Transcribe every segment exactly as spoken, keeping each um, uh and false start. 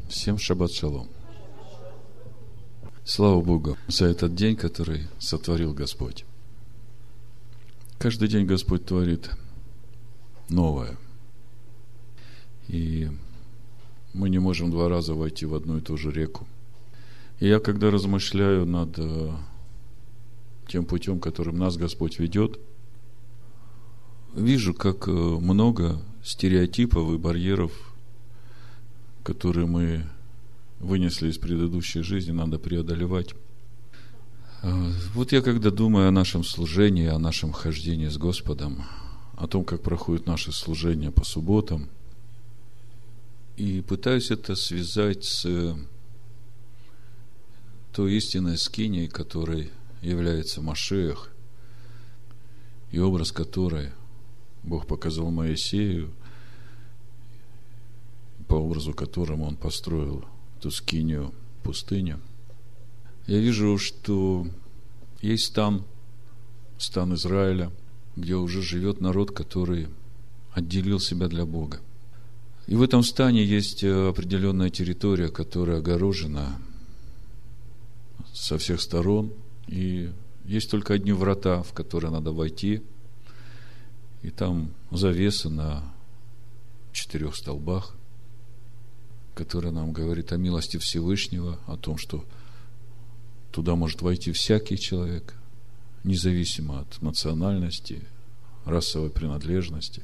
Всем шаббат шалом. Слава Богу за этот день, который сотворил Господь. Каждый день Господь творит новое. И мы не можем два раза войти в одну и ту же реку. И я, когда размышляю над тем путем, которым нас Господь ведет, вижу, как много стереотипов и барьеров, которые мы вынесли из предыдущей жизни, надо преодолевать. Вот я, когда думаю о нашем служении, о нашем хождении с Господом, о том, как проходит наше служение по субботам, и пытаюсь это связать с той истинной скинией, которой является Машиах, и образ которой Бог показал Моисею, по образу которому он построил ту скинию в пустыне. Я вижу, что есть стан, стан Израиля, где уже живет народ, который отделил себя для Бога. И в этом стане есть определенная территория, которая огорожена со всех сторон, и есть только одни врата, в которые надо войти, и там завеса на четырех столбах, которая нам говорит о милости Всевышнего, о том, что туда может войти всякий человек, независимо от национальности, расовой принадлежности.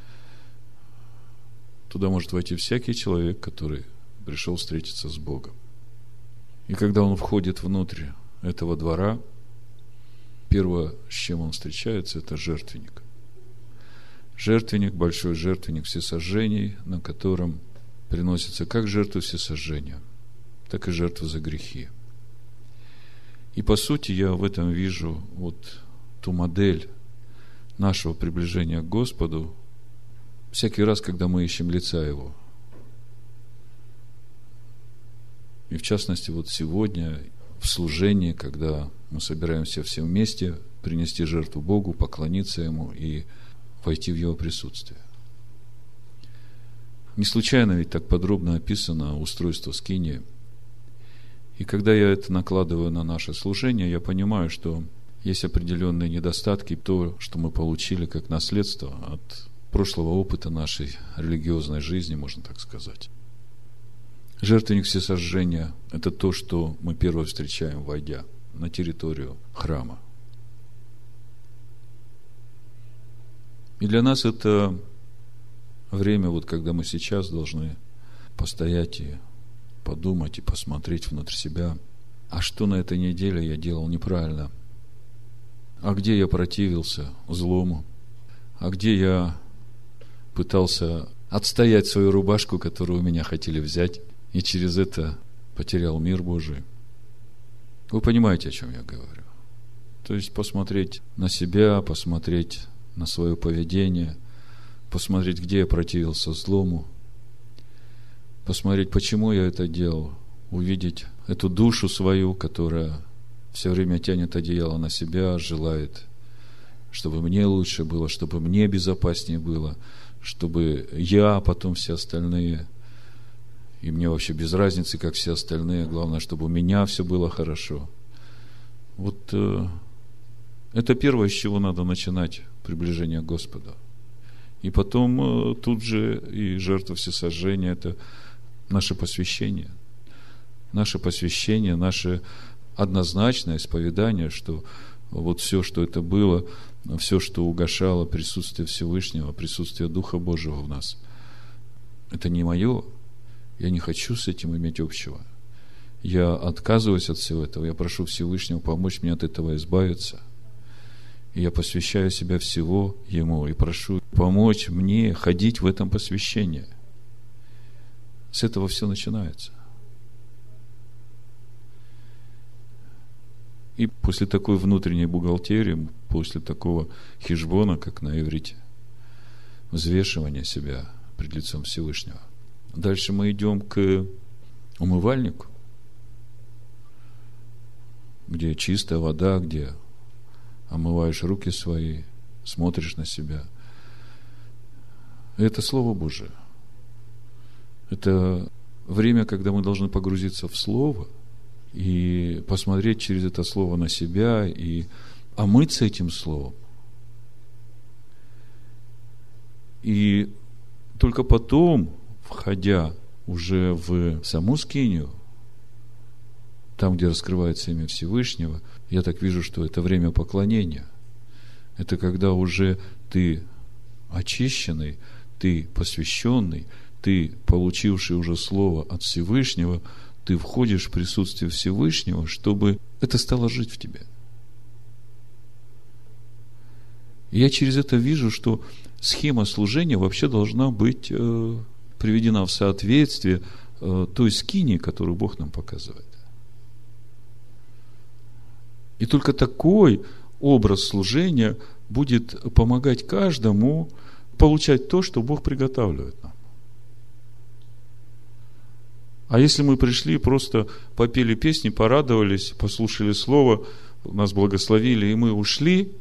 Туда может войти всякий человек, который пришел встретиться с Богом. И когда он входит внутрь этого двора, первое, с чем он встречается, это жертвенник. Жертвенник, большой жертвенник всесожжений, на котором приносится как жертва всесожжения, так и жертва за грехи. И по сути я в этом вижу вот ту модель нашего приближения к Господу всякий раз, когда мы ищем лица Его. И в частности, вот сегодня в служении, когда мы собираемся все вместе принести жертву Богу, поклониться Ему и войти в Его присутствие. Не случайно ведь так подробно описано устройство скинии. И когда я это накладываю на наше служение, я понимаю, что есть определенные недостатки, то, что мы получили как наследство от прошлого опыта нашей религиозной жизни, можно так сказать. Жертвенник всесожжения – это то, что мы первое встречаем, войдя на территорию храма. И для нас это время, вот когда мы сейчас должны постоять и подумать, и посмотреть внутрь себя, а что на этой неделе я делал неправильно, а где я противился злому, а где я пытался отстоять свою рубашку, которую у меня хотели взять, и через это потерял мир Божий. Вы понимаете, о чем я говорю? То есть посмотреть на себя, посмотреть на свое поведение, посмотреть, где я противился злому, посмотреть, почему я это делал, увидеть эту душу свою, которая все время тянет одеяло на себя, желает, чтобы мне лучше было, чтобы мне безопаснее было, чтобы я, а потом все остальные, и мне вообще без разницы, как все остальные, главное, чтобы у меня все было хорошо. Вот э, это первое, с чего надо начинать приближение к Господу. И потом э, тут же и жертва всесожжения – это наше посвящение. Наше посвящение, наше однозначное исповедание, что вот все, что это было, все, что угошало присутствие Всевышнего, присутствие Духа Божьего в нас, это не мое. Я не хочу с этим иметь общего. Я отказываюсь от всего этого. Я прошу Всевышнего помочь мне от этого избавиться. И я посвящаю себя всего Ему и прошу помочь мне ходить в этом посвящении. С этого все начинается. И после такой внутренней бухгалтерии, после такого хижбона, как на иврите, взвешивания себя пред лицом Всевышнего, дальше мы идем к умывальнику, где чистая вода, где омываешь руки свои, смотришь на себя. Это Слово Божие. Это время, когда мы должны погрузиться в Слово и посмотреть через это Слово на себя и омыться этим Словом. И только потом, входя уже в саму скинию, там, где раскрывается имя Всевышнего, я так вижу, что это время поклонения. Это когда уже ты очищенный, ты посвященный, ты, получивший уже Слово от Всевышнего, ты входишь в присутствие Всевышнего, чтобы это стало жить в тебе. И я через это вижу, что схема служения вообще должна быть э, приведена в соответствие э, той скинии, которую Бог нам показывает. И только такой образ служения будет помогать каждому получать то, что Бог приготавливает нам. А если мы пришли, просто попели песни, порадовались, послушали Слово, нас благословили, и мы ушли,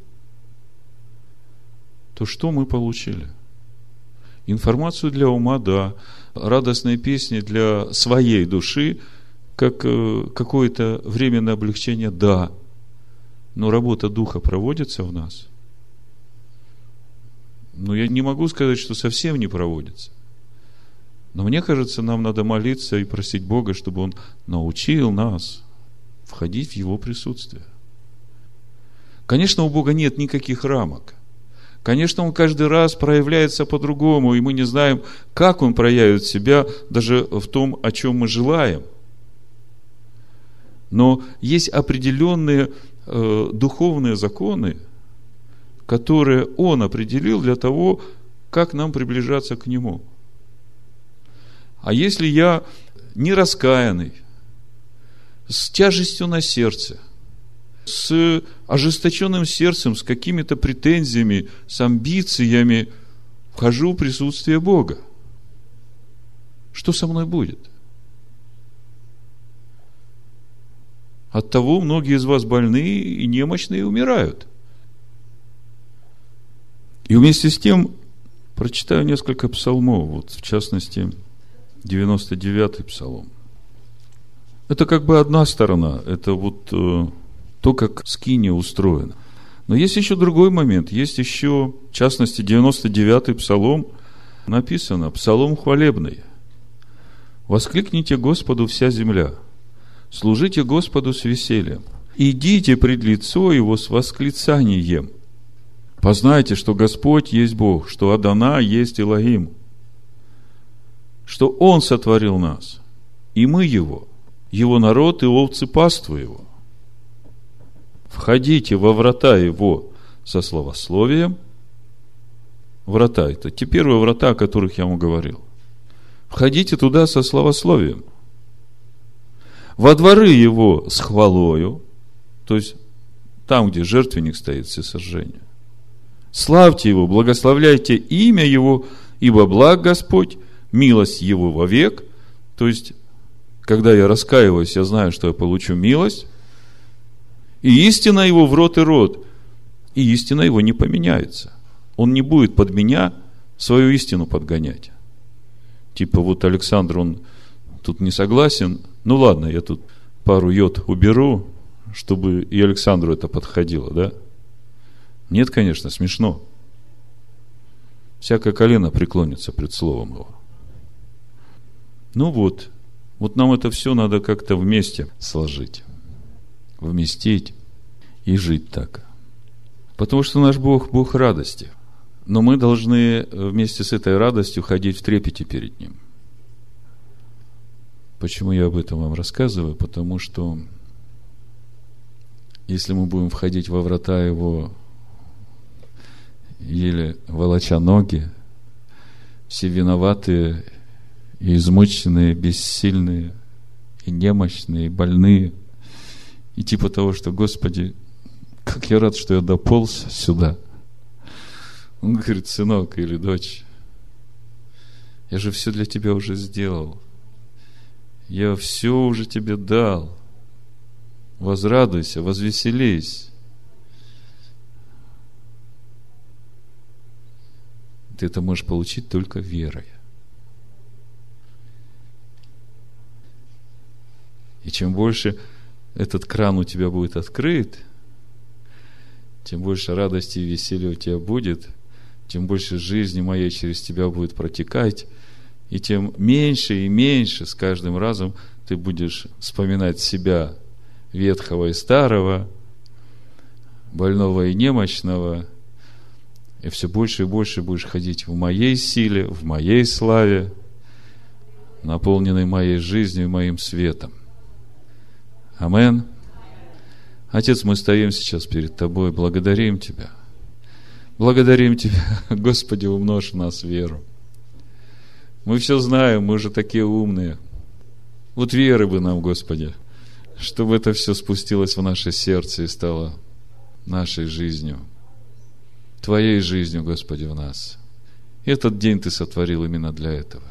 то что мы получили? Информацию для ума, да. Радостные песни для своей души, как какое-то временное облегчение, да. Но работа Духа проводится в нас. Но я не могу сказать, что совсем не проводится. Но мне кажется, нам надо молиться и просить Бога, чтобы Он научил нас входить в Его присутствие. Конечно, у Бога нет никаких рамок. Конечно, Он каждый раз проявляется по-другому, и мы не знаем, как Он проявит себя даже в том, о чем мы желаем. Но есть определенные э, духовные законы, которые Он определил для того, как нам приближаться к Нему. А если я не раскаянный, с тяжестью на сердце, с ожесточенным сердцем, с какими-то претензиями, с амбициями вхожу в присутствие Бога, что со мной будет? Оттого многие из вас больны и немощны и умирают. И вместе с тем прочитаю несколько псалмов, вот в частности девяносто девятый псалом. Это как бы одна сторона, это вот э, то, как скиния устроена. Но есть еще другой момент, есть еще, в частности, девяносто девятый псалом, написано: псалом хвалебный. Воскликните Господу вся земля, служите Господу с весельем, идите пред лицо Его с восклицанием. Познайте, что Господь есть Бог, что Адонай есть Элохим, что Он сотворил нас, и мы Его, Его народ и овцы паству Его. Входите во врата Его со славословием. Врата – это те первые врата, о которых я вам говорил. Входите туда со славословием. Во дворы Его с хвалою, то есть там, где жертвенник стоит всесожжения. Славьте Его, благословляйте имя Его, ибо благ Господь, милость Его вовек. То есть, когда я раскаиваюсь, я знаю, что я получу милость. И истина Его в рот и рот. И истина Его не поменяется. Он не будет под меня свою истину подгонять. Типа вот Александр, он тут не согласен. Ну ладно, я тут пару йод уберу, чтобы и Александру это подходило, да? Нет, конечно, смешно. Всякое колено преклонится пред словом Его. Ну вот, вот нам это все надо как-то вместе сложить, вместить и жить так. Потому что наш Бог – Бог радости. Но мы должны вместе с этой радостью ходить в трепете перед Ним. Почему я об этом вам рассказываю? Потому что если мы будем входить во врата Его, еле волоча ноги, все виноватые и измученные, бессильные, и немощные, и больные, и типа того, что: Господи, как я рад, что я дополз сюда. Он говорит: сынок или дочь, я же все для тебя уже сделал. Я все уже тебе дал. Возрадуйся, возвеселись. Ты это можешь получить только верой. И чем больше этот кран у тебя будет открыт, тем больше радости и веселья у тебя будет, тем больше жизни моей через тебя будет протекать, и тем меньше и меньше с каждым разом ты будешь вспоминать себя ветхого и старого, больного и немощного, и все больше и больше будешь ходить в моей силе, в моей славе, наполненной моей жизнью и моим светом. Амен. Отец, мы стоим сейчас перед Тобой, благодарим Тебя. Благодарим Тебя, Господи, умножь в нас веру. Мы все знаем, мы же такие умные. Вот веры бы нам, Господи, чтобы это все спустилось в наше сердце и стало нашей жизнью, Твоей жизнью, Господи, в нас. И этот день Ты сотворил именно для этого.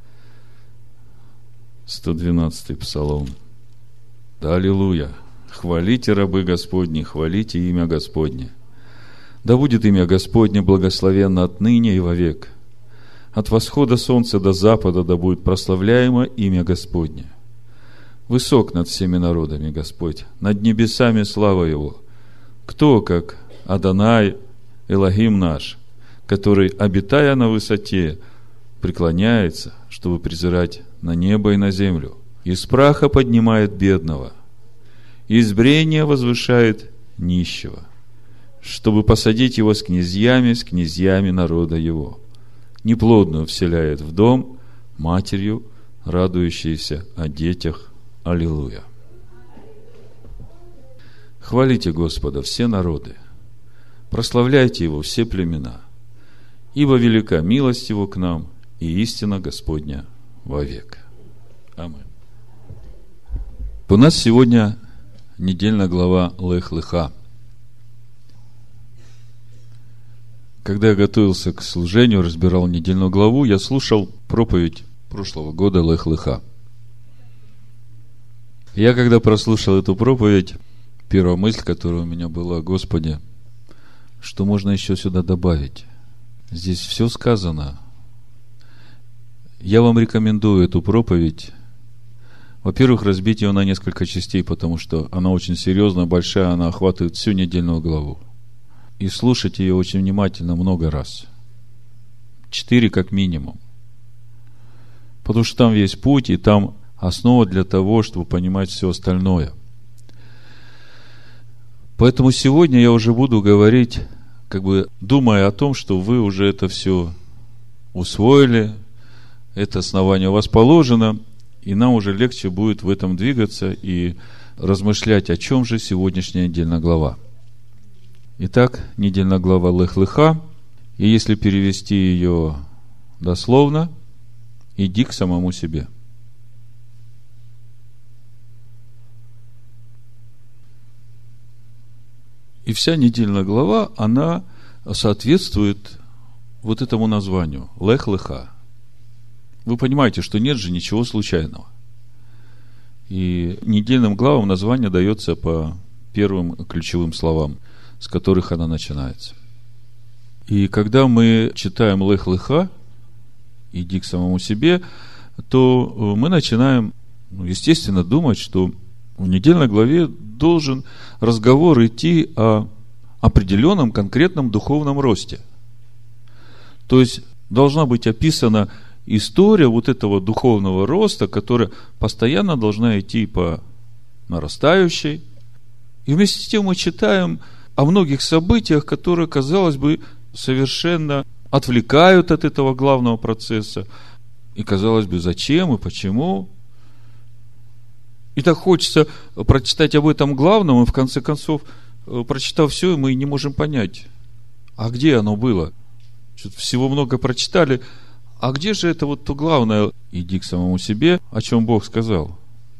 сто двенадцатый Псалом. Да, аллилуйя! Хвалите, рабы Господни, хвалите имя Господне. Да будет имя Господне благословенно отныне и вовек. От восхода солнца до запада да будет прославляемо имя Господне. Высок над всеми народами Господь, над небесами слава Его. Кто, как Адонай, Элохим наш, который, обитая на высоте, преклоняется, чтобы презирать на небо и на землю, из праха поднимает бедного, из брения возвышает нищего, чтобы посадить его с князьями, с князьями народа его. Неплодную вселяет в дом, матерью, радующейся о детях. Аллилуйя. Хвалите Господа все народы, прославляйте Его все племена, ибо велика милость Его к нам, и истина Господня вовек. Аминь. У нас сегодня недельная глава Лех-Леха. Когда я готовился к служению, разбирал недельную главу, я слушал проповедь прошлого года Лех-Леха. Я, когда прослушал эту проповедь, первая мысль, которая у меня была: Господи, что можно еще сюда добавить? Здесь все сказано. Я вам рекомендую эту проповедь, во-первых, разбить ее на несколько частей, потому что она очень серьезная, большая, она охватывает всю недельную главу. И слушать ее очень внимательно много раз. Четыре как минимум. Потому что там весь путь, и там основа для того, чтобы понимать все остальное. Поэтому сегодня я уже буду говорить, как бы думая о том, что вы уже это все усвоили, это основание у вас положено, и нам уже легче будет в этом двигаться и размышлять, о чем же сегодняшняя недельная глава. Итак, недельная глава Лех-Леха, и если перевести ее дословно, иди к самому себе. И вся недельная глава, она соответствует вот этому названию Лех-Леха. Вы понимаете, что нет же ничего случайного. И недельным главам название дается по первым ключевым словам, с которых она начинается. И когда мы читаем Лех-Леха, иди к самому себе, то мы начинаем, естественно, думать, что в недельной главе должен разговор идти о определенном конкретном духовном росте. То есть должна быть описана история вот этого духовного роста, которая постоянно должна идти по нарастающей. И вместе с тем мы читаем о многих событиях, которые, казалось бы, совершенно отвлекают от этого главного процесса. И, казалось бы, зачем и почему? И так хочется прочитать об этом главном, и в конце концов, прочитав все, мы не можем понять, а где оно было? Что-то всего много прочитали, а где же это вот то главное? Иди к самому себе, о чем Бог сказал.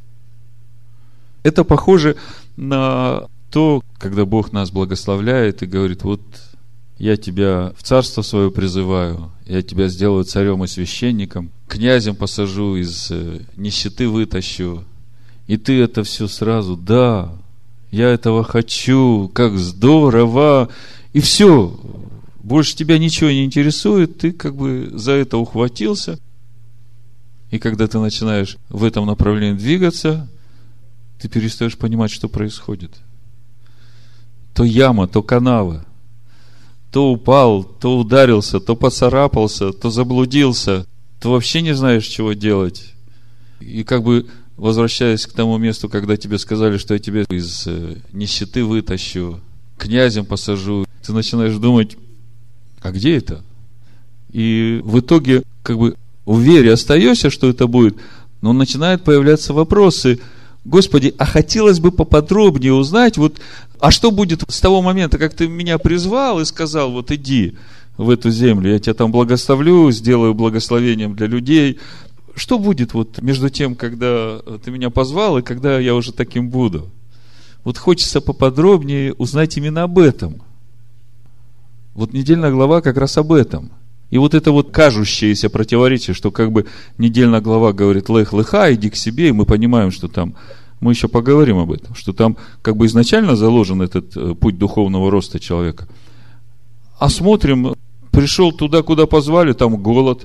Это похоже на то, когда Бог нас благословляет и говорит: вот я тебя в царство свое призываю, я тебя сделаю царем и священником, князем посажу, из нищеты вытащу. И ты это все сразу: да, я этого хочу, как здорово. И все, больше тебя ничего не интересует, ты как бы за это ухватился. И когда ты начинаешь в этом направлении двигаться, ты перестаешь понимать, что происходит. То яма, то канава. То упал, то ударился, то поцарапался, то заблудился. Ты вообще не знаешь, чего делать. И как бы, возвращаясь к тому месту, когда тебе сказали, что я тебя из нищеты вытащу, князем посажу, ты начинаешь думать, а где это? И в итоге, как бы, в вере остаешься, что это будет, но начинают появляться вопросы. Господи, а хотелось бы поподробнее узнать, вот, а что будет с того момента, как ты меня призвал и сказал, вот иди в эту землю, я тебя там благословлю, сделаю благословением для людей. Что будет вот между тем, когда ты меня позвал, и когда я уже таким буду? Вот хочется поподробнее узнать именно об этом. Вот недельная глава как раз об этом. И вот это вот кажущееся противоречие, что как бы недельная глава говорит «лех леха», иди к себе, и мы понимаем, что там, мы еще поговорим об этом, что там как бы изначально заложен этот путь духовного роста человека. А смотрим, пришел туда, куда позвали, там голод.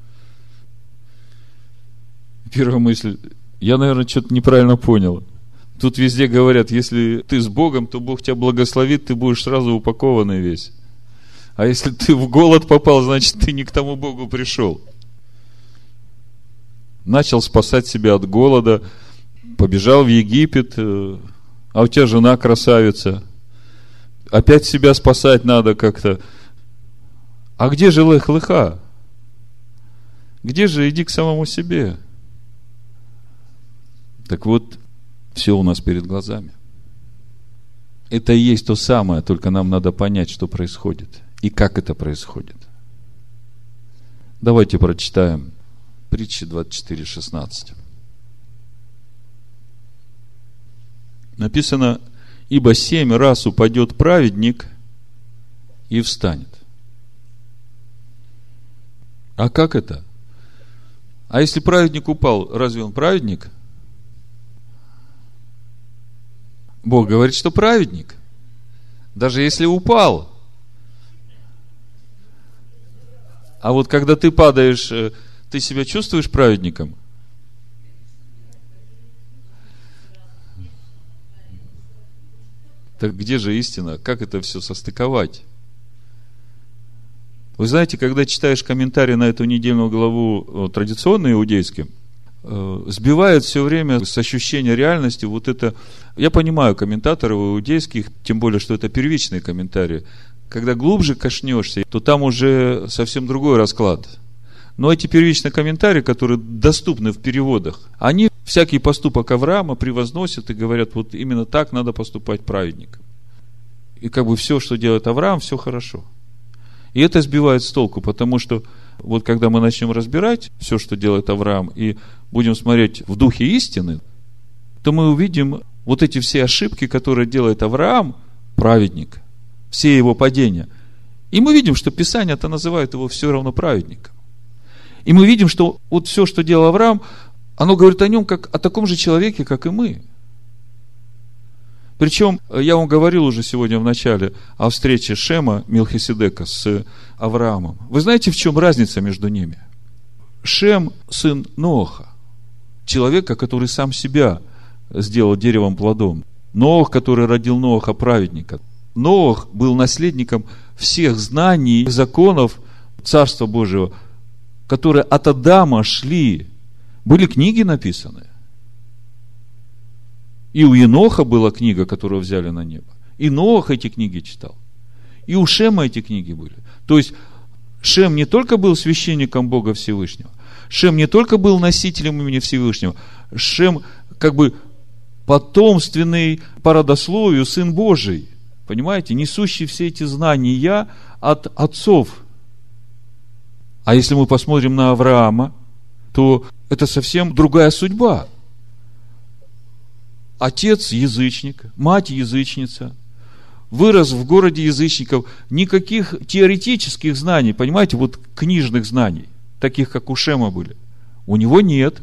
Первая мысль, я, наверное, что-то неправильно понял. Тут везде говорят, если ты с Богом, то Бог тебя благословит, ты будешь сразу упакованный весь. А если ты в голод попал, значит, ты не к тому Богу пришел. Начал спасать себя от голода, побежал в Египет, а у тебя жена красавица. Опять себя спасать надо как-то. А где же лех леха? Где же иди к самому себе? Так вот, все у нас перед глазами. Это и есть то самое, только нам надо понять, что происходит. И как это происходит. Давайте прочитаем Притчи двадцать четыре шестнадцать. Написано: ибо семь раз упадет праведник и встанет. А как это? А если праведник упал, разве он праведник? Бог говорит, что праведник. Даже если упал. А вот когда ты падаешь, ты себя чувствуешь праведником? Так где же истина? Как это все состыковать? Вы знаете, когда читаешь комментарии на эту недельную главу традиционные иудейские, сбивает все время с ощущения реальности вот это. Я понимаю комментаторов иудейских, тем более, что это первичные комментарии. Когда глубже кошнешься, то там уже совсем другой расклад. Но эти первичные комментарии, которые доступны в переводах, они всякий поступок Авраама превозносят и говорят, вот именно так надо поступать праведникам. И как бы все, что делает Авраам, все хорошо. И это сбивает с толку, потому что вот когда мы начнем разбирать все, что делает Авраам, и будем смотреть в духе истины, то мы увидим вот эти все ошибки, которые делает Авраам, праведник, все его падения. И мы видим, что Писание-то называет его все равно праведником. И мы видим, что вот все, что делал Авраам, оно говорит о нем как о таком же человеке, как и мы. Причем, я вам говорил уже сегодня в начале о встрече Шема Мелхиседека с Авраамом. Вы знаете, в чем разница между ними? Шем – сын Ноаха, человека, который сам себя сделал деревом плодом. Ноах, который родил Ноаха, праведника. Ноах был наследником всех знаний, законов Царства Божьего, которые от Адама шли. Были книги написаны. И у Еноха была книга, которую взяли на небо. И Ноах эти книги читал. И у Шема эти книги были. То есть, Шем не только был священником Бога Всевышнего, Шем не только был носителем имени Всевышнего, Шем как бы потомственный по родословию сын Божий. Понимаете? Несущий все эти знания от отцов. А если мы посмотрим на Авраама, то это совсем другая судьба. Отец язычник, мать язычница, вырос в городе язычников, никаких теоретических знаний, понимаете, вот книжных знаний, таких как у Шема были, у него нет.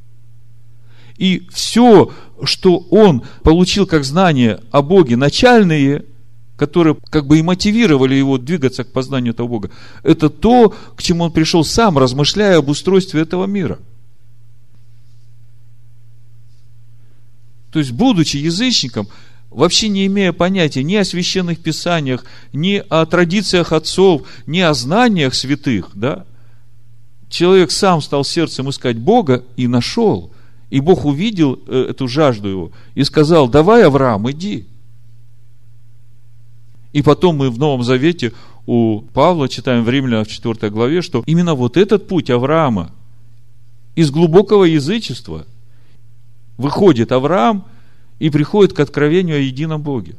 И все, что он получил как знания о Боге, начальные, которые как бы и мотивировали его двигаться к познанию этого Бога, это то, к чему он пришел сам, размышляя об устройстве этого мира. То есть, будучи язычником, вообще не имея понятия ни о священных писаниях, ни о традициях отцов, ни о знаниях святых, да, человек сам стал сердцем искать Бога и нашел. И Бог увидел эту жажду его и сказал: давай, Авраам, иди. И потом мы в Новом Завете у Павла читаем в Римлянам в четвёртой главе, что именно вот этот путь Авраама из глубокого язычества выходит Авраам и приходит к откровению о едином Боге.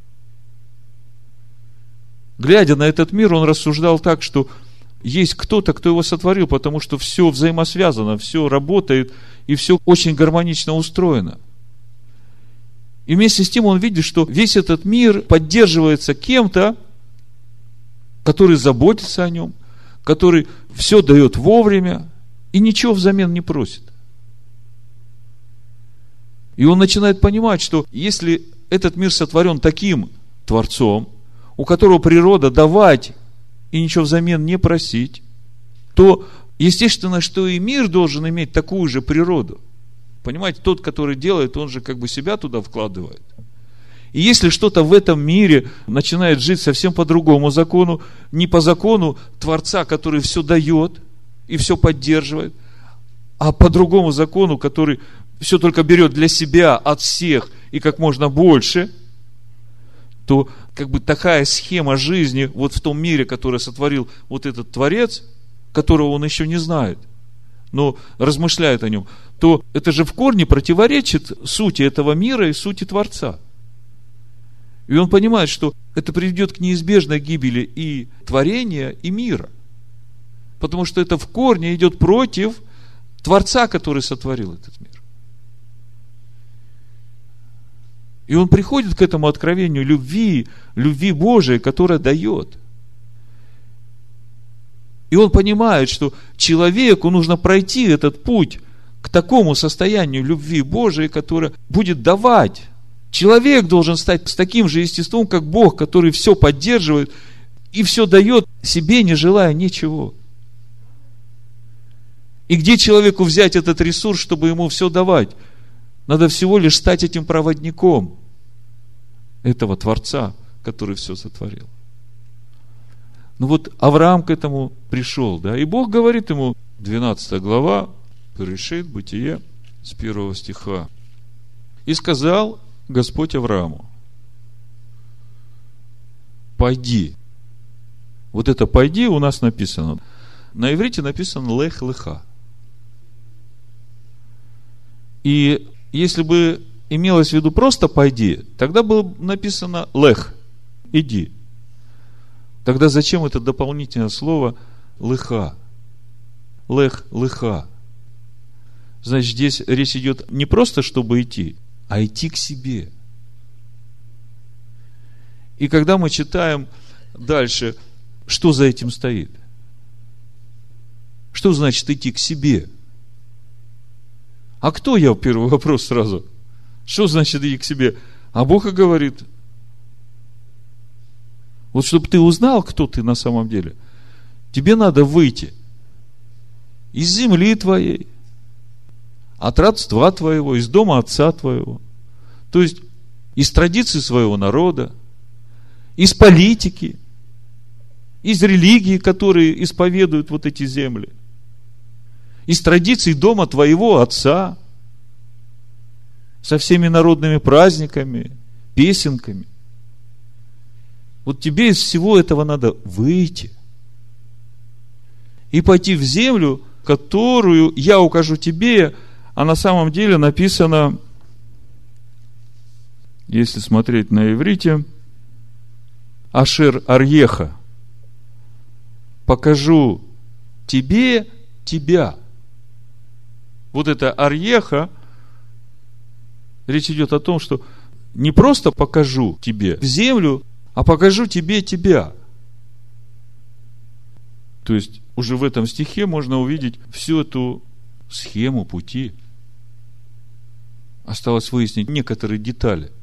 Глядя на этот мир, он рассуждал так, что есть кто-то, кто его сотворил, потому что все взаимосвязано, все работает, и все очень гармонично устроено. И вместе с тем он видит, что весь этот мир поддерживается кем-то, который заботится о нем, который все дает вовремя и ничего взамен не просит. И он начинает понимать, что если этот мир сотворен таким Творцом, у которого природа давать и ничего взамен не просить, то естественно, что и мир должен иметь такую же природу. Понимаете, тот, который делает, он же как бы себя туда вкладывает. И если что-то в этом мире начинает жить совсем по другому закону, не по закону Творца, который все дает и все поддерживает, а по другому закону, который все только берет для себя от всех и как можно больше, то как бы такая схема жизни вот в том мире, который сотворил вот этот Творец, которого он еще не знает, но размышляет о нем, то это же в корне противоречит сути этого мира и сути Творца. И он понимает, что это приведет к неизбежной гибели и творения, и мира. Потому что это в корне идет против Творца, который сотворил этот мир. И он приходит к этому откровению любви, любви Божией, которая дает. И он понимает, что человеку нужно пройти этот путь к такому состоянию любви Божией, которая будет давать. Человек должен стать с таким же естеством, как Бог, который все поддерживает и все дает себе, не желая ничего. И где человеку взять этот ресурс, чтобы ему все давать? Надо всего лишь стать этим проводником этого Творца, который все сотворил. Ну вот Авраам к этому пришел, да, и Бог говорит ему, двенадцатая глава, Берешит, Бытие, с первого стиха. И сказал Господь Аврааму: пойди. Вот это пойди у нас написано. На иврите написано лех леха. И если бы имелось в виду просто пойди, тогда было бы написано лех, иди. Тогда зачем это дополнительное слово леха? Лех леха. Значит, здесь речь идет не просто, чтобы идти, а идти к себе. И когда мы читаем дальше, что за этим стоит? Что значит идти к себе? А кто я? Первый вопрос сразу. Что значит идти к себе? А Бог и говорит: вот чтобы ты узнал, кто ты на самом деле, тебе надо выйти из земли твоей, от родства твоего, из дома отца твоего, то есть из традиций своего народа, из политики, из религии, которые исповедуют вот эти земли, из традиций дома твоего отца, со всеми народными праздниками, песенками. Вот тебе из всего этого надо выйти и пойти в землю, которую я укажу тебе. А на самом деле написано, если смотреть на иврите, Ашер Арьеха, покажу тебе тебя. Вот это Арьеха, речь идет о том, что не просто покажу тебе землю, а покажу тебе тебя. То есть уже в этом стихе можно увидеть всю эту схему пути. Осталось выяснить некоторые детали.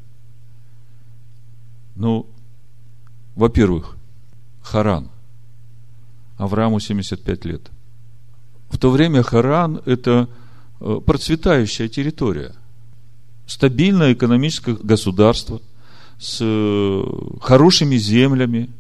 Ну, во-первых, Харан. Аврааму семьдесят пять лет. В то время Харан – это процветающая территория. стабильное экономическое государство с хорошими землями.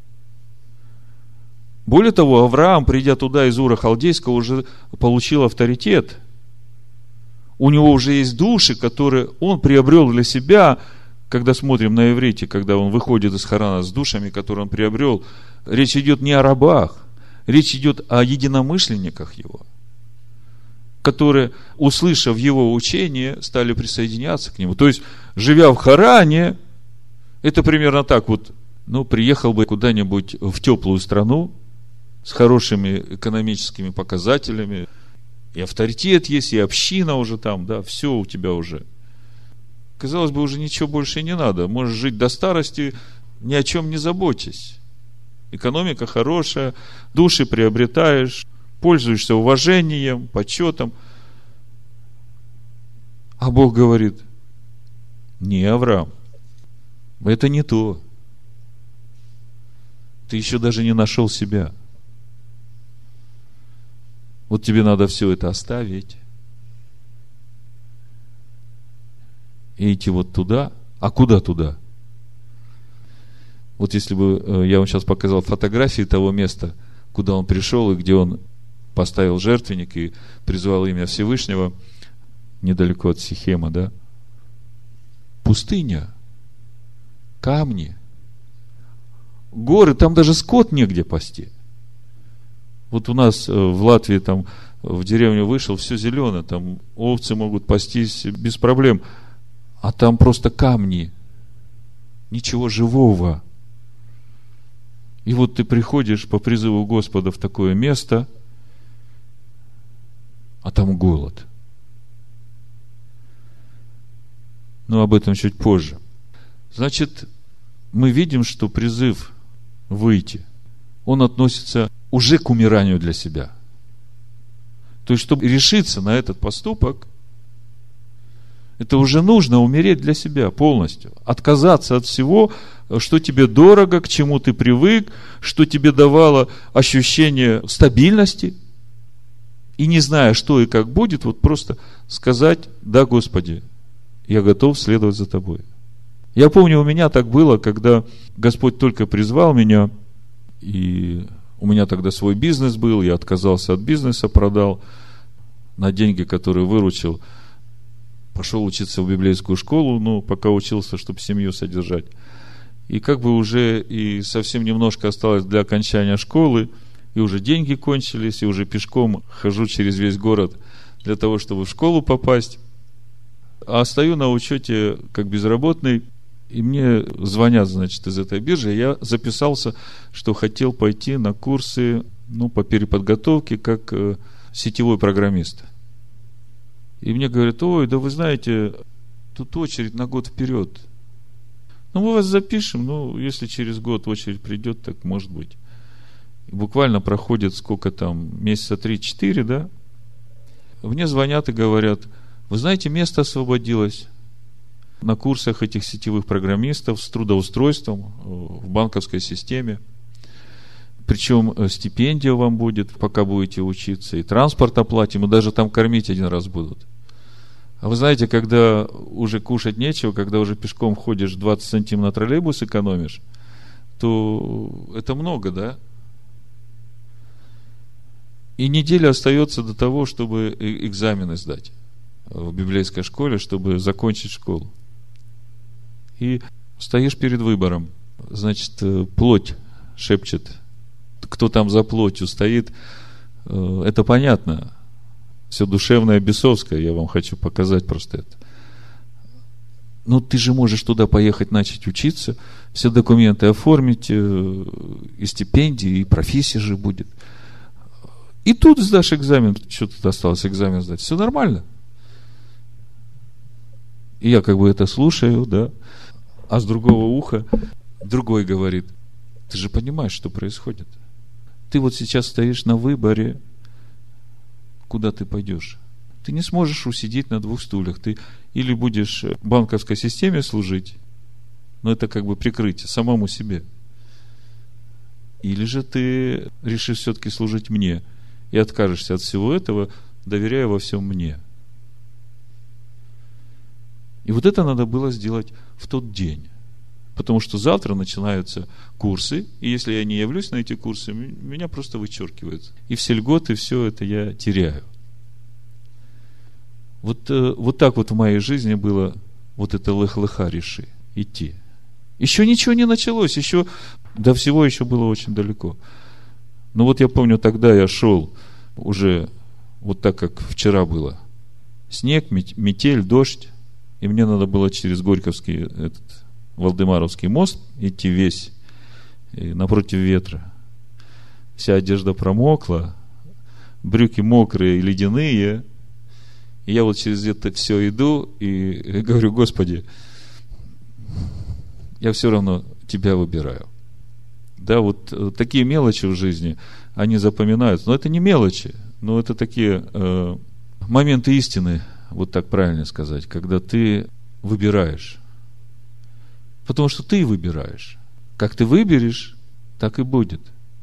Более того, Авраам, придя туда из Ура Халдейского, уже получил авторитет. У него уже есть души, которые он приобрел для себя. Когда смотрим на иврите, когда он выходит из Харана с душами, которые он приобрел, речь идет не о рабах, речь идет о единомышленниках его, которые, услышав его учение, стали присоединяться к нему. То есть, живя в Харане, это примерно так вот, ну, приехал бы куда-нибудь в теплую страну с хорошими экономическими показателями, и авторитет есть, и община уже там, да, все у тебя уже. Казалось бы, уже ничего больше не надо. Можешь жить до старости, ни о чем не заботясь. Экономика хорошая, души приобретаешь, пользуешься уважением, почетом. А Бог говорит: не, Авраам, это не то. Ты еще даже не нашел себя. Вот тебе надо все это оставить и идти вот туда. А куда туда? Вот если бы я вам сейчас показал фотографии того места, куда он пришел и где он поставил жертвенник и призвал имя Всевышнего, недалеко от Сихема, да? Пустыня, камни, горы, там даже скот негде пасти. Вот у нас в Латвии там в деревню вышел, все зеленое, там овцы могут пастись без проблем. А там просто камни. Ничего живого. И вот ты приходишь по призыву Господа в такое место, а там голод. Но об этом чуть позже. Значит, мы видим, что призыв выйти, он относится уже к умиранию для себя. То есть, чтобы решиться на этот поступок, это уже нужно умереть для себя полностью. Отказаться от всего, что тебе дорого, к чему ты привык, что тебе давало ощущение стабильности. И не зная, что и как будет, вот просто сказать: да, Господи, я готов следовать за Тобой. Я помню, у меня так было, когда Господь только призвал меня, и у меня тогда свой бизнес был, я отказался от бизнеса, продал на деньги, которые выручил, пошел учиться в библейскую школу, ну, пока учился, чтобы семью содержать. И как бы уже и совсем немножко осталось для окончания школы, и уже деньги кончились, и уже пешком хожу через весь город для того, чтобы в школу попасть. А стою на учете как безработный, и мне звонят, значит, из этой биржи. Я записался, что хотел пойти на курсы, ну, по переподготовке, как э, сетевой программист. И мне говорят: ой, да вы знаете, тут очередь на год вперед. Ну, мы вас запишем, ну, если через год очередь придет, так может быть. И буквально проходит сколько там, месяца три-четыре, да? Мне звонят и говорят: вы знаете, место освободилось на курсах этих сетевых программистов с трудоустройством в банковской системе. Причем стипендия вам будет, пока будете учиться, и транспорт оплатим, и даже там кормить один раз будут. А вы знаете, когда уже кушать нечего, когда уже пешком ходишь, двадцать сантим на троллейбус экономишь, то это много, да? И неделя остается до того, чтобы экзамены сдать в библейской школе, чтобы закончить школу. И стоишь перед выбором. Значит, плоть шепчет. Кто там за плотью стоит, это понятно. Все душевное, бесовское, я вам хочу показать просто это. Но ты же можешь туда поехать, начать учиться, все документы оформить, и стипендии, и профессия же будет. И тут сдашь экзамен. Что тут осталось экзамен сдать? Все нормально. И я как бы это слушаю, да. А с другого уха другой говорит: ты же понимаешь, что происходит. Ты вот сейчас стоишь на выборе, куда ты пойдешь. Ты не сможешь усидеть на двух стульях. Ты или будешь в банковской системе служить, но это как бы прикрытие самому себе. Или же ты решишь все-таки служить мне и откажешься от всего этого, доверяя во всем мне. И вот это надо было сделать в тот день. Потому что завтра начинаются курсы, и если я не явлюсь на эти курсы, меня просто вычеркивают. И все льготы, все это я теряю. Вот, вот так вот в моей жизни было вот это лых-лыха реши, идти. Еще ничего не началось, еще до всего еще было очень далеко. Но вот я помню, тогда я шел уже вот так, как вчера было. Снег, метель, дождь, и мне надо было через Горьковский этот Валдемаровский мост идти весь напротив ветра. Вся одежда промокла, брюки мокрые и ледяные. И я вот через это все иду и говорю: Господи, я все равно Тебя выбираю. Да, вот такие мелочи в жизни, они запоминаются. Но это не мелочи, но это такие э, моменты истины, вот так правильно сказать, когда ты выбираешь. Потому что ты выбираешь. Как ты выберешь, так и будет.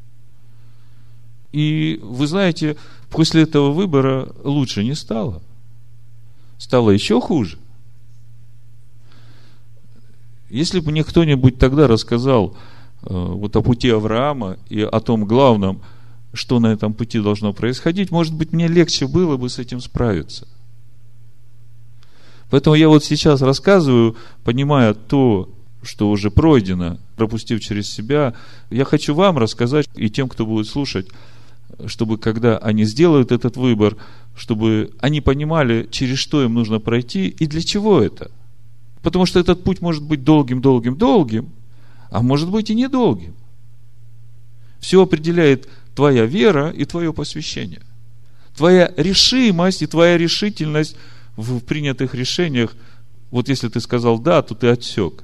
И вы знаете, после этого выбора лучше не стало. Стало еще хуже. Если бы мне кто-нибудь тогда рассказал э, вот о пути Авраама и о том главном, что на этом пути должно происходить, может быть, мне легче было бы с этим справиться. Поэтому я вот сейчас рассказываю, понимая то, что уже пройдено, пропустив через себя, я хочу вам рассказать и тем, кто будет слушать, чтобы когда они сделают этот выбор, чтобы они понимали, через что им нужно пройти и для чего это. Потому что этот путь может быть долгим-долгим-долгим, а может быть и недолгим. Все определяет твоя вера и твое посвящение. Твоя решимость и твоя решительность в принятых решениях. Вот если ты сказал «да», то ты отсек.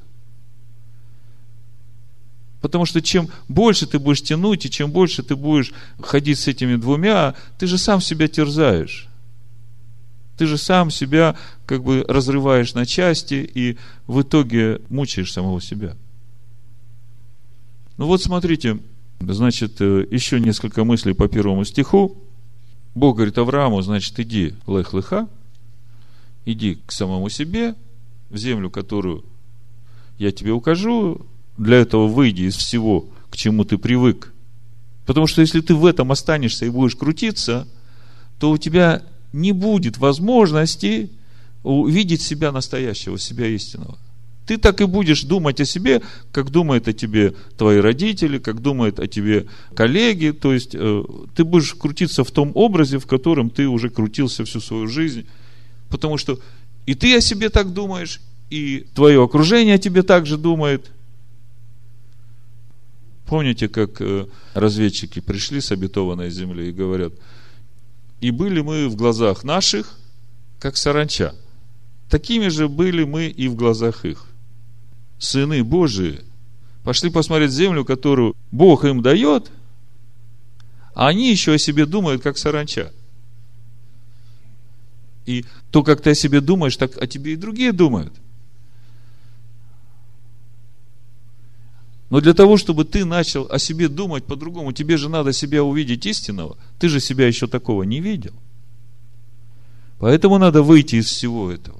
Потому что чем больше ты будешь тянуть, и чем больше ты будешь ходить с этими двумя, ты же сам себя терзаешь. Ты же сам себя как бы разрываешь на части и в итоге мучаешь самого себя. Ну вот смотрите, значит, еще несколько мыслей по первому стиху. Бог говорит Аврааму: значит, иди, лех-леха, иди к самому себе, в землю, которую я тебе укажу. Для этого выйди из всего, к чему ты привык. Потому что если ты в этом останешься и будешь крутиться, то у тебя не будет возможности увидеть себя настоящего, себя истинного. Ты так и будешь думать о себе, как думают о тебе твои родители, как думают о тебе коллеги. То есть э, ты будешь крутиться в том образе, в котором ты уже крутился всю свою жизнь. Потому что и ты о себе так думаешь, и твое окружение о тебе так же думает. Помните, как разведчики пришли с обетованной земли и говорят: и были мы в глазах наших, как саранча. Такими же были мы и в глазах их. Сыны Божии пошли посмотреть землю, которую Бог им дает, а они еще о себе думают, как саранча. И то, как ты о себе думаешь, так о тебе и другие думают. Но для того, чтобы ты начал о себе думать по-другому, тебе же надо себя увидеть истинного. Ты же себя еще такого не видел. Поэтому надо выйти из всего этого.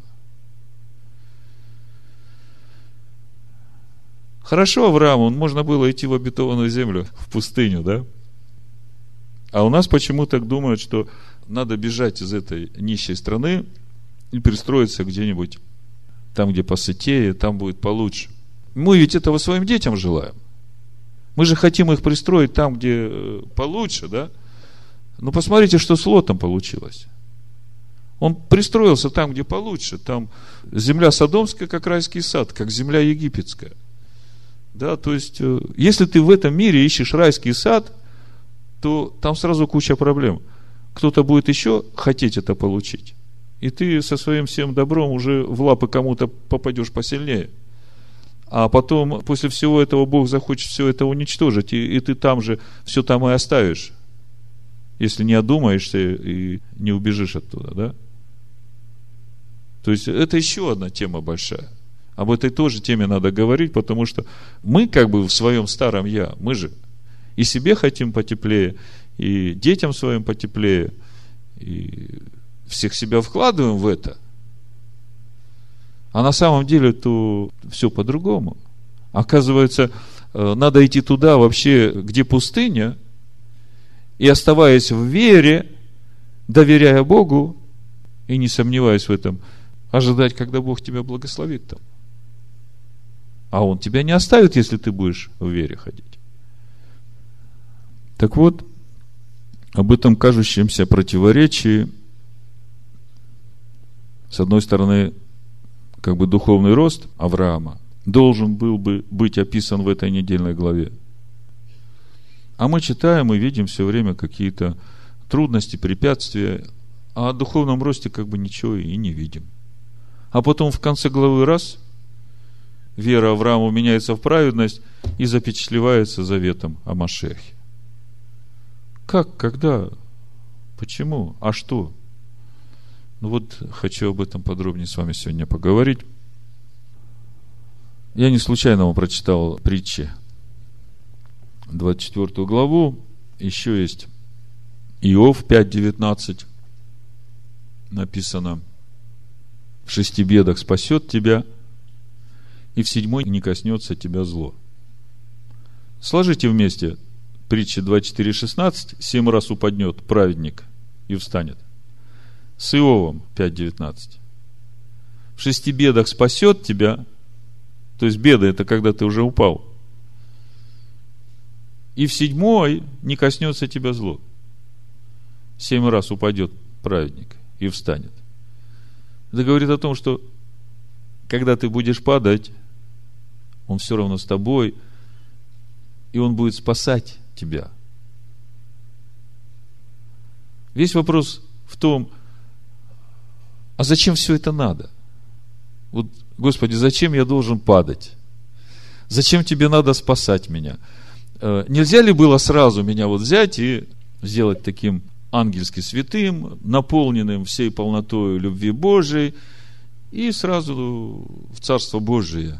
Хорошо Аврааму, можно было идти в обетованную землю, в пустыню, да? А у нас почему так думают, что надо бежать из этой нищей страны и пристроиться где-нибудь там, где посытее, там будет получше. Мы ведь этого своим детям желаем. Мы же хотим их пристроить там, где получше, да? Но посмотрите, что с Лотом получилось. Он пристроился там, где получше. Там земля Содомская, как райский сад, как земля египетская. Да, то есть, если ты в этом мире ищешь райский сад, то там сразу куча проблем. Кто-то будет еще хотеть это получить. И ты со своим всем добром уже в лапы кому-то попадешь посильнее. А потом, после всего этого, Бог захочет все это уничтожить, и, и ты там же все там и оставишь, если не одумаешься и не убежишь оттуда, да? То есть, это еще одна тема большая. Об этой тоже теме надо говорить, потому что мы как бы в своем старом я, мы же и себе хотим потеплее, и детям своим потеплее, и всех себя вкладываем в это. А на самом деле то все по-другому. Оказывается, надо идти туда вообще, где пустыня, и оставаясь в вере, доверяя Богу и не сомневаясь в этом, ожидать, когда Бог тебя благословит там. А Он тебя не оставит, если ты будешь в вере ходить. Так вот, об этом кажущемся противоречии, с одной стороны, как бы духовный рост Авраама должен был бы быть описан в этой недельной главе. А мы читаем и видим все время какие-то трудности, препятствия, а о духовном росте как бы ничего и не видим. А потом в конце главы раз вера Авраама меняется в праведность и запечатлевается заветом о Машиахе. Как, когда, почему, а что? Ну вот, хочу об этом подробнее с вами сегодня поговорить. Я не случайно вам прочитал притчи, двадцать четвёртую главу. Еще есть Иов пять девятнадцать. Написано: в шести бедах спасет тебя, и в седьмой не коснется тебя зло. Сложите вместе притчи двадцать четыре шестнадцать. Семь раз упаднет праведник и встанет. С Иовом пять девятнадцать. В шести бедах спасет тебя. То есть беда — это когда ты уже упал. И в седьмой не коснется тебя зло. Семь раз упадет праведник и встанет. Это говорит о том, что когда ты будешь падать, Он все равно с тобой, и Он будет спасать тебя. Весь вопрос в том, а зачем все это надо? Вот, Господи, зачем я должен падать? Зачем тебе надо спасать меня? Нельзя ли было сразу меня вот взять и сделать таким ангельски святым, наполненным всей полнотой любви Божией, и сразу в Царство Божие?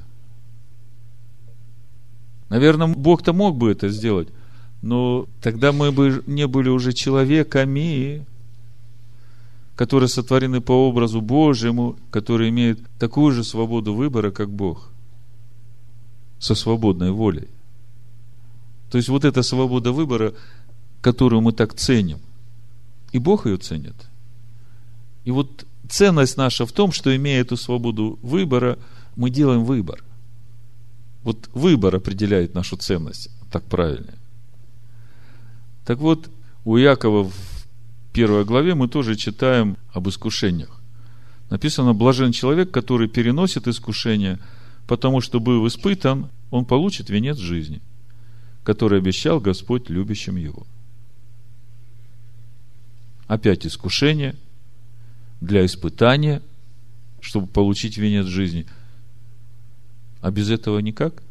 Наверное, Бог-то мог бы это сделать, но тогда мы бы не были уже человеками, которые сотворены по образу Божьему, которые имеют такую же свободу выбора, как Бог, со свободной волей. То есть вот эта свобода выбора, которую мы так ценим, и Бог ее ценит. И вот ценность наша в том, что, имея эту свободу выбора, мы делаем выбор. Вот выбор определяет нашу ценность, так правильно. Так вот, у Иакова в первой главе мы тоже читаем об искушениях. Написано: блажен человек, который переносит искушение, потому что, быв испытан, он получит венец жизни, который обещал Господь любящим его. Опять искушение для испытания, чтобы получить венец жизни. А без этого никак.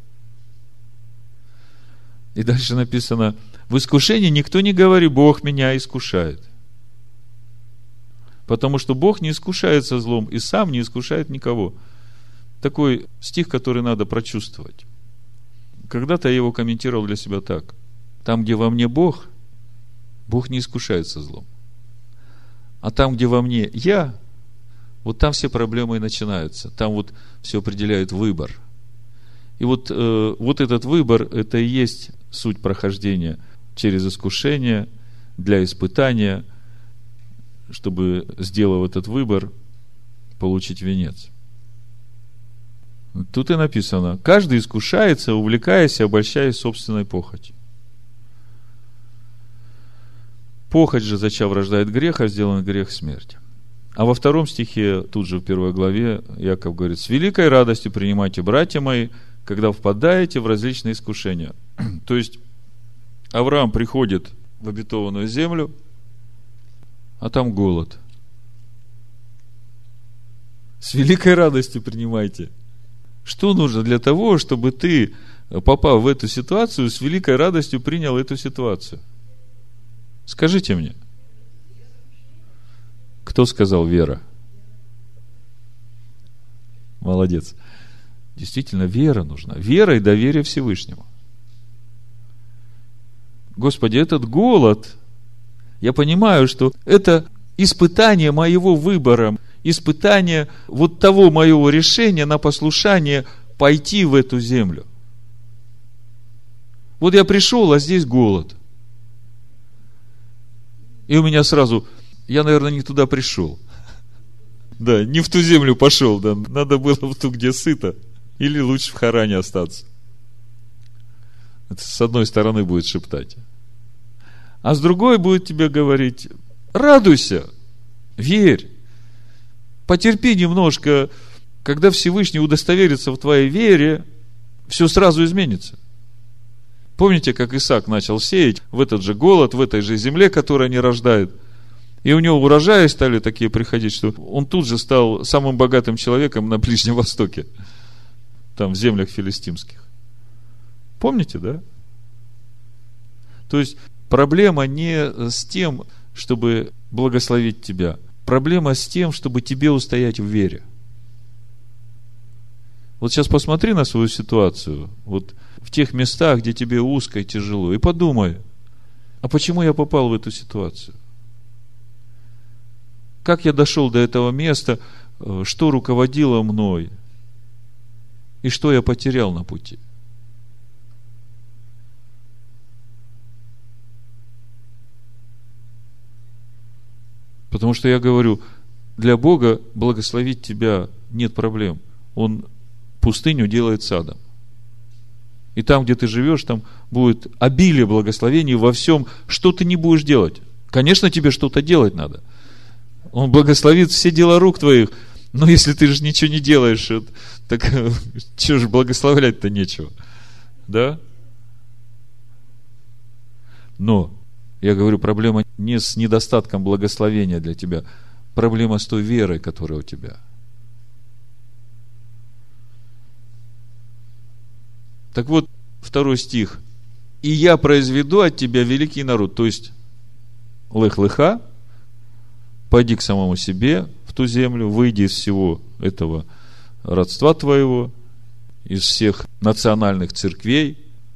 И дальше написано: в искушении никто не говорит: Бог меня искушает. Потому что Бог не искушается злом и сам не искушает никого. Такой стих, который надо прочувствовать. Когда-то я его комментировал для себя так: там, где во мне Бог, Бог не искушается злом. А там, где во мне я, вот там все проблемы и начинаются. Там вот все определяет выбор. И вот, э, вот этот выбор, это и есть суть прохождения через искушение, для испытания, чтобы, сделав этот выбор, получить венец. Тут и написано: каждый искушается, увлекаясь и обольщаясь собственной похотью. Похоть же, зачав, рождает грех, а сделан грех смерть. А во втором стихе, тут же в первой главе, Иаков говорит: с великой радостью принимайте, братья мои, когда впадаете в различные искушения. То есть Авраам приходит в обетованную землю, а там голод. С великой радостью принимайте. Что нужно для того, чтобы ты, попав в эту ситуацию, с великой радостью принял эту ситуацию? Скажите мне. Кто сказал вера? Молодец. Действительно, вера нужна. Вера и доверие Всевышнему. Господи, этот голод, я понимаю, что это испытание моего выбора. испытание вот того моего решения на послушание пойти в эту землю. Вот я пришел, а здесь голод. И у меня сразу, я, наверное, не туда пришел. Да, не в ту землю пошел, да. Надо было в ту, где сыто. Или лучше в Харане остаться. Это с одной стороны будет шептать. А с другой будет тебе говорить: радуйся, верь, потерпи немножко. Когда Всевышний удостоверится в твоей вере, все сразу изменится. Помните, как Исаак начал сеять в этот же голод, в этой же земле, которая не рождает. И у него урожаи стали такие приходить, что он тут же стал самым богатым человеком на Ближнем Востоке. Там, в землях филистимских. Помните, да? То есть, проблема не с тем, чтобы благословить тебя. Проблема с тем, чтобы тебе устоять в вере. Вот сейчас посмотри на свою ситуацию. Вот в тех местах, где тебе узко и тяжело. И подумай, а почему я попал в эту ситуацию? Как я дошел до этого места? Что руководило мной? И что я потерял на пути? Потому что я говорю, для Бога благословить тебя нет проблем. Он пустыню делает садом. И там, где ты живешь, там будет обилие благословений во всем, что ты не будешь делать. Конечно, тебе что-то делать надо. Он благословит все дела рук твоих. Но если ты же ничего не делаешь, так что же благословлять-то нечего. Да? Но, я говорю, проблема не с недостатком благословения для тебя. Проблема с той верой, которая у тебя. Так вот, второй стих. И я произведу от тебя великий народ. То есть, лех-леха, пойди к самому себе в ту землю, выйди из всего этого родства твоего, из всех национальных церквей.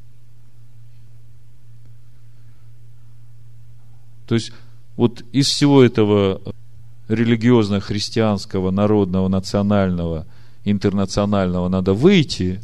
То есть, вот из всего этого религиозно-христианского, народного, национального, интернационального надо выйти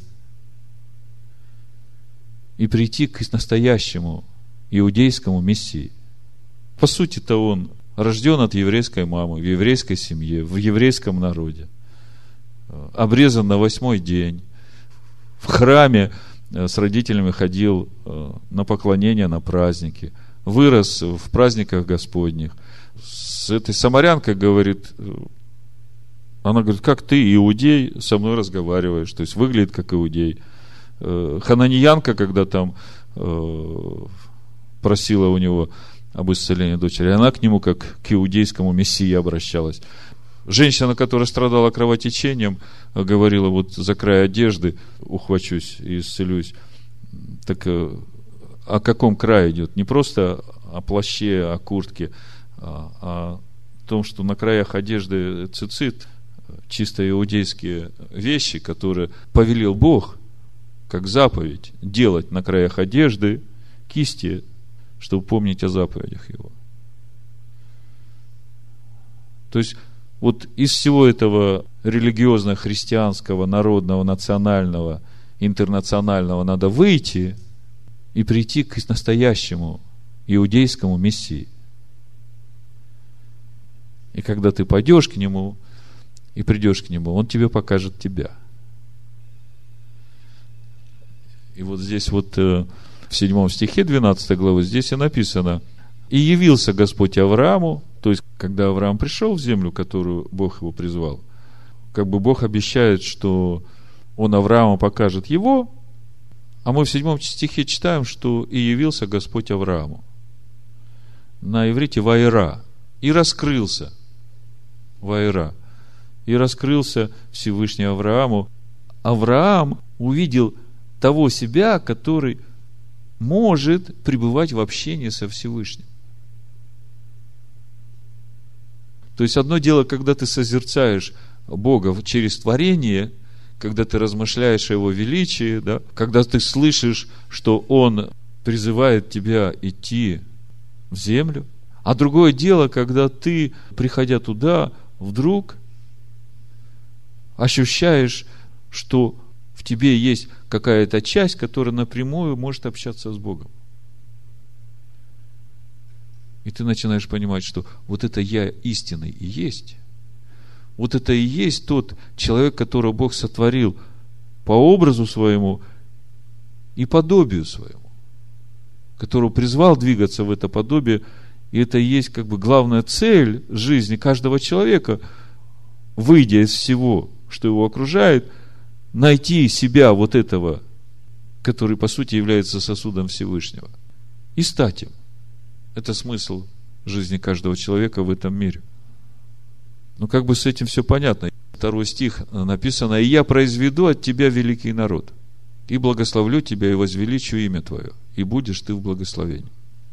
и прийти к настоящему иудейскому Мессии. По сути-то он рожден от еврейской мамы, в еврейской семье, в еврейском народе, обрезан на восьмой день, в храме с родителями ходил на поклонение, на праздники, вырос в праздниках Господних. С этой самарянкой говорит, она говорит, как ты, иудей, со мной разговариваешь, то есть выглядит как иудей. Хананиянка, когда там просила у него об исцелении дочери, она к нему как к иудейскому мессии обращалась. Женщина, которая страдала кровотечением, говорила, вот за край одежды ухвачусь и исцелюсь. Так о каком крае идет? Не просто о плаще, о куртке, а о том, что на краях одежды цицит, чисто иудейские вещи, которые повелел Бог, как заповедь, делать на краях одежды кисти, чтобы помнить о заповедях Его. То есть, вот из всего этого религиозно-христианского, народного, национального, интернационального надо выйти и прийти к настоящему иудейскому Мессии. И когда ты пойдешь к Нему и придешь к Нему, Он тебе покажет тебя. И вот здесь вот в седьмом стихе двенадцатой главы здесь и написано: «И явился Господь Аврааму», то есть, когда Авраам пришел в землю, которую Бог его призвал, как бы Бог обещает, что Он Аврааму покажет его, а мы в седьмом стихе читаем, что «и явился Господь Аврааму». На иврите «ваира», и раскрылся, «ваира», и раскрылся Всевышний Аврааму. Авраам увидел того себя, который может пребывать в общении со Всевышним. То есть, одно дело, когда ты созерцаешь Бога через творение, когда ты размышляешь о Его величии, да, когда ты слышишь, что Он призывает тебя идти в землю. А другое дело, когда ты, приходя туда, вдруг ощущаешь, что в тебе есть какая-то часть, которая напрямую может общаться с Богом. И ты начинаешь понимать, что вот это я истинный и есть. Вот это и есть тот человек, которого Бог сотворил по образу своему и подобию своему, которого призвал двигаться в это подобие. И это и есть как бы главная цель жизни каждого человека, выйдя из всего, что его окружает, найти себя вот этого, который по сути является сосудом Всевышнего, и стать им. Это смысл жизни каждого человека в этом мире. Ну, как бы с этим все понятно. Второй стих написано: «И я произведу от тебя великий народ, и благословлю тебя, и возвеличу имя твое, и будешь ты в благословении».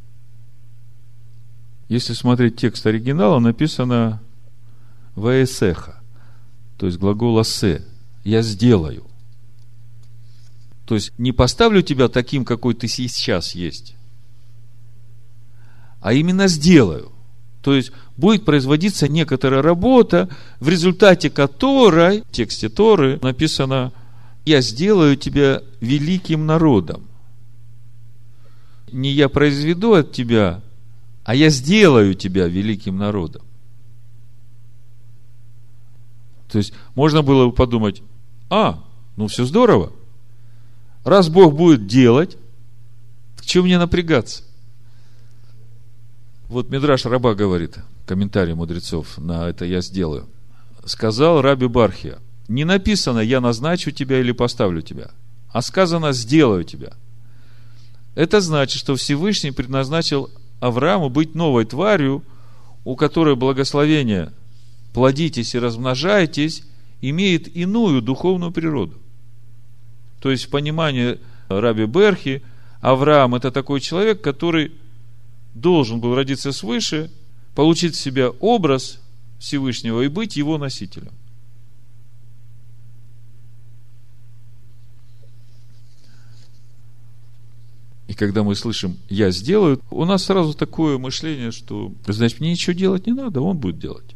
Если смотреть текст оригинала, написано «ваэсеха», то есть глагол «асе», «я сделаю». То есть не поставлю тебя таким, какой ты сейчас есть, а именно сделаю. То есть будет производиться некоторая работа, в результате которой в тексте Торы написано: «Я сделаю тебя великим народом». Не я произведу от тебя, а я сделаю тебя великим народом. То есть можно было бы подумать: а, ну все здорово. Раз Бог будет делать, к чему мне напрягаться? Вот Мидраш Раба говорит, комментарий мудрецов на это «я сделаю». Сказал Раби Бархия: не написано «я назначу тебя» или «поставлю тебя», а сказано «сделаю тебя». Это значит, что Всевышний предназначил Аврааму быть новой тварью, у которой благословение «плодитесь и размножайтесь» имеет иную духовную природу. То есть в понимании Раби Берхи Авраам – это такой человек, который должен был родиться свыше, получить в себя образ Всевышнего и быть его носителем. И когда мы слышим «я сделаю», у нас сразу такое мышление, что, значит, мне ничего делать не надо, он будет делать.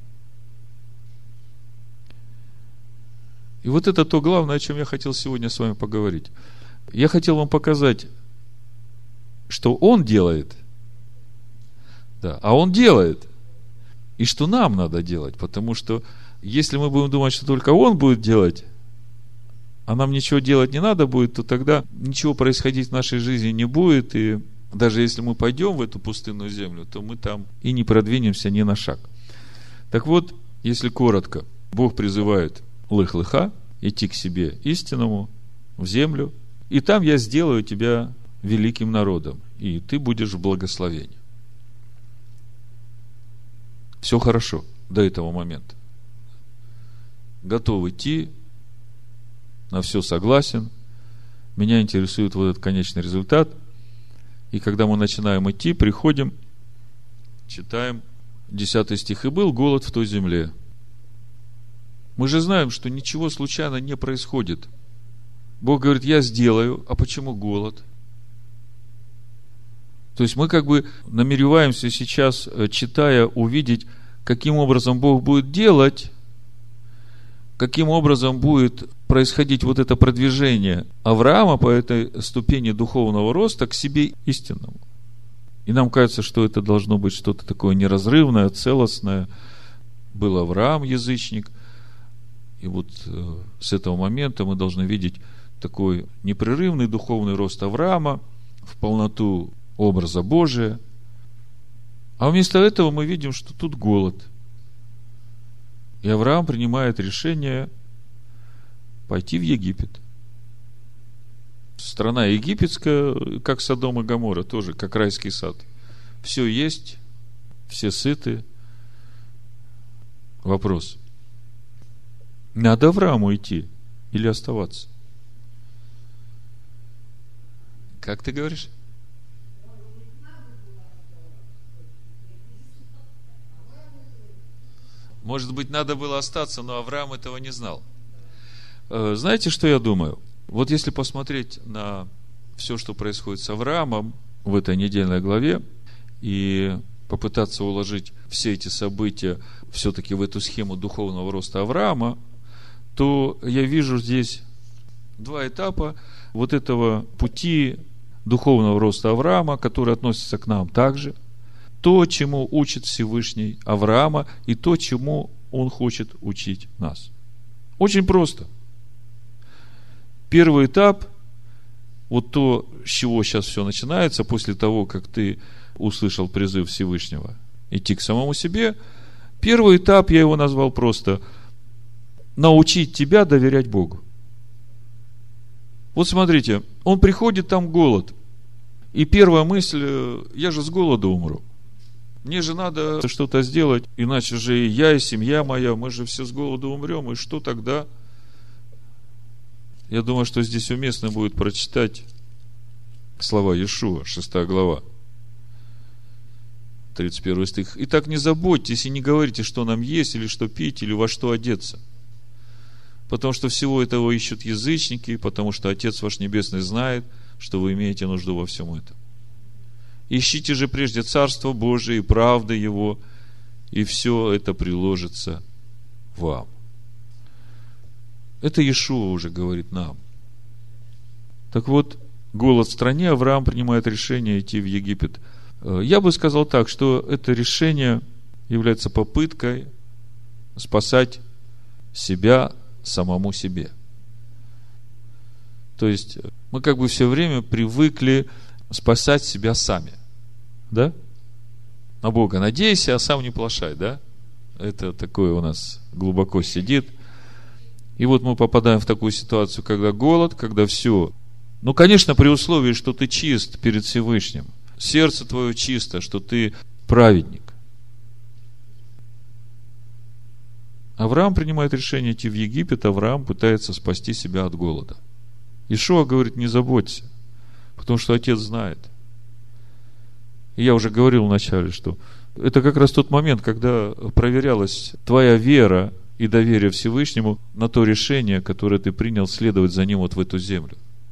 И вот это то главное, о чем я хотел сегодня с вами поговорить. Я хотел вам показать, что он делает, да, а он делает, и что нам надо делать, потому что если мы будем думать, что только он будет делать, а нам ничего делать не надо будет, то тогда ничего происходить в нашей жизни не будет, и даже если мы пойдем в эту пустынную землю, то мы там и не продвинемся ни на шаг. Так вот, если коротко, Бог призывает лых-лыха идти к себе истинному, в землю, и там я сделаю тебя великим народом, и ты будешь в благословении. Все хорошо до этого момента. Готов идти, на все согласен. Меня интересует вот этот конечный результат. И когда мы начинаем идти, приходим, читаем десятый стих. «И был голод в той земле». Мы же знаем, что ничего случайно не происходит. Бог говорит: я сделаю. А почему голод? То есть мы как бы намереваемся сейчас, читая, увидеть, каким образом Бог будет делать, каким образом будет происходить вот это продвижение Авраама по этой ступени духовного роста к себе истинному. И нам кажется, что это должно быть что-то такое неразрывное, целостное. Был Авраам язычник, и вот э, с этого момента мы должны видеть такой непрерывный духовный рост Авраама в полноту образа Божия. А вместо этого мы видим, что тут голод. И Авраам принимает решение пойти в Египет. Страна египетская, как Содом и Гоморра, тоже как райский сад. Все есть, все сыты. Вопрос: надо Аврааму идти или оставаться? Как ты говоришь? Может быть, надо было остаться, но Авраам этого не знал. Знаете, что я думаю? Вот если посмотреть на все, что происходит с Авраамом в этой недельной главе, и попытаться уложить все эти события все-таки в эту схему духовного роста Авраама, то я вижу здесь два этапа вот этого пути духовного роста Авраама, который относится к нам также. То, чему учит Всевышний Авраама, и то, чему он хочет учить нас. Очень просто. Первый этап, вот то, с чего сейчас все начинается, после того, как ты услышал призыв Всевышнего идти к самому себе, первый этап, я его назвал просто научить тебя доверять Богу. Вот смотрите, он приходит, там голод. И первая мысль: я же с голоду умру. Мне же надо что-то сделать, иначе же и я, и семья моя, мы же все с голоду умрем, и что тогда? Я думаю, что здесь уместно будет прочитать слова Иешуа, шестая глава, тридцать первый стих. «Итак, не заботьтесь и не говорите, что нам есть, или что пить, или во что одеться. Потому что всего этого ищут язычники, потому что Отец ваш Небесный знает, что вы имеете нужду во всем этом. Ищите же прежде Царство Божие и правды Его, и все это приложится вам». Это Иешуа уже говорит нам. Так вот, голод в стране, Авраам принимает решение идти в Египет. Я бы сказал так, что это решение является попыткой спасать себя самому себе. То есть мы как бы все время привыкли спасать себя сами. Да? На Бога надейся, а сам не плашай, да? Это такое у нас глубоко сидит. И вот мы попадаем в такую ситуацию, когда голод, когда все. Ну, конечно, при условии, что ты чист перед Всевышним. Сердце твое чисто, что ты праведник. Авраам принимает решение идти в Египет, Авраам пытается спасти себя от голода. Иешуа говорит: не заботься, потому что Отец знает. И я уже говорил вначале, что это как раз тот момент, когда проверялась твоя вера и доверие Всевышнему на то решение, которое ты принял следовать за ним вот в эту землю.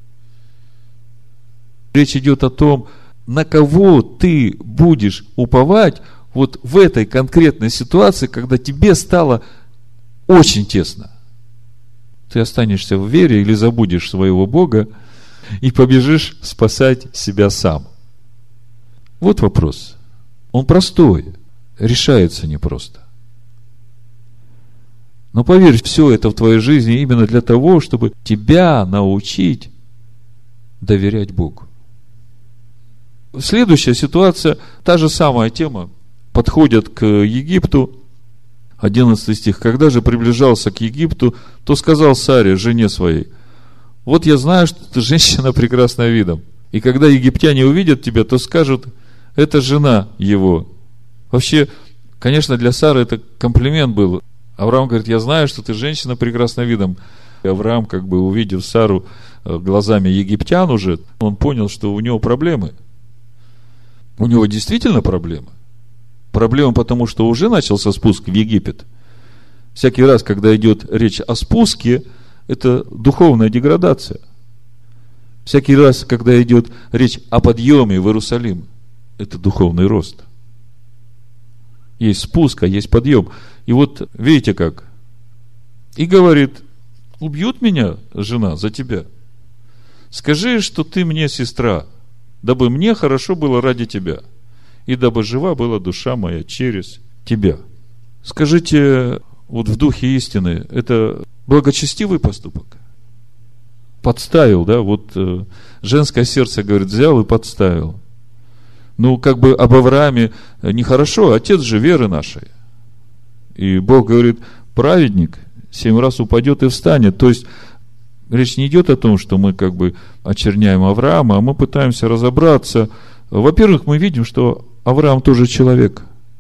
Речь идет о том, на кого ты будешь уповать вот в этой конкретной ситуации, когда тебе стало очень тесно. Ты останешься в вере или забудешь своего Бога и побежишь спасать себя сам. Вот вопрос. Он простой, решается непросто. Но поверь, все это в твоей жизни именно для того, чтобы тебя научить доверять Богу. Следующая ситуация, та же самая тема. Подходят к Египту, одиннадцатый стих. «Когда же приближался к Египту, то сказал Саре, жене своей: вот я знаю, что ты женщина прекрасная видом. И когда египтяне увидят тебя, то скажут: это жена его». Вообще, конечно, для Сары это комплимент был. Авраам говорит: я знаю, что ты женщина прекрасная видом. И Авраам, как бы увидев Сару глазами египтян уже, он понял, что у него проблемы. У него действительно проблемы. Проблема потому, что уже начался спуск в Египет. Всякий раз, когда идет речь о спуске, это духовная деградация. Всякий раз, когда идет речь о подъеме в Иерусалим, это духовный рост. Есть спуск, а есть подъем. И вот видите как. И говорит: убьют меня, жена, за тебя. Скажи, что ты мне сестра, дабы мне хорошо было ради тебя, и дабы жива была душа моя через тебя. Скажите, вот в духе истины, это благочестивый поступок? Подставил, да, вот э, женское сердце, говорит, взял и подставил. Ну, как бы об Аврааме нехорошо, отец же веры нашей. И Бог говорит: праведник семь раз упадет и встанет. То есть речь не идет о том, что мы как бы очерняем Авраама, а мы пытаемся разобраться. Во-первых, мы видим, что Авраам тоже человек.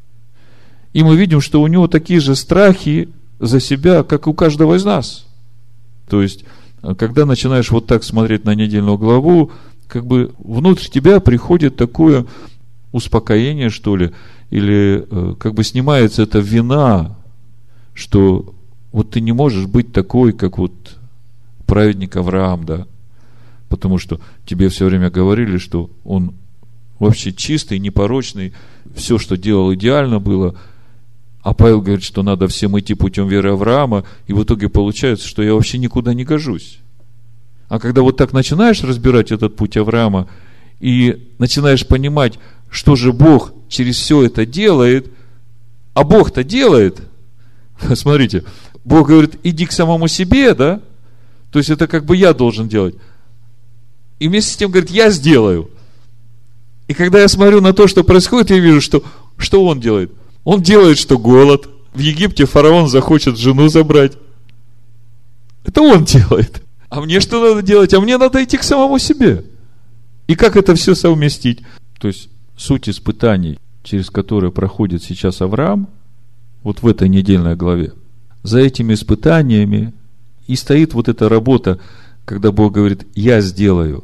И мы видим, что у него такие же страхи за себя, как у каждого из нас. То есть, когда начинаешь вот так смотреть на недельную главу, как бы внутрь тебя приходит такое успокоение, что ли, или как бы снимается эта вина, что вот ты не можешь быть такой, как вот праведник Авраам, да, потому что тебе все время говорили, что он вообще чистый, непорочный, все, что делал, идеально было, А Павел говорит, что надо всем идти путем веры Авраама, и в итоге получается, что я вообще никуда не гожусь. А когда вот так начинаешь разбирать этот путь Авраама, и начинаешь понимать, что же Бог через все это делает, а Бог-то делает, смотрите, Бог говорит, иди к самому себе, да? То есть это как бы я должен делать. И вместе с тем говорит, я сделаю. И когда я смотрю на то, что происходит, я вижу, что, что он делает. Он делает, что голод. В Египте фараон захочет жену забрать. Это он делает. А мне что надо делать? А мне надо идти к самому себе. И как это все совместить? То есть суть испытаний, через которые проходит сейчас Авраам, вот в этой недельной главе, за этими испытаниями и стоит вот эта работа, когда Бог говорит, я сделаю.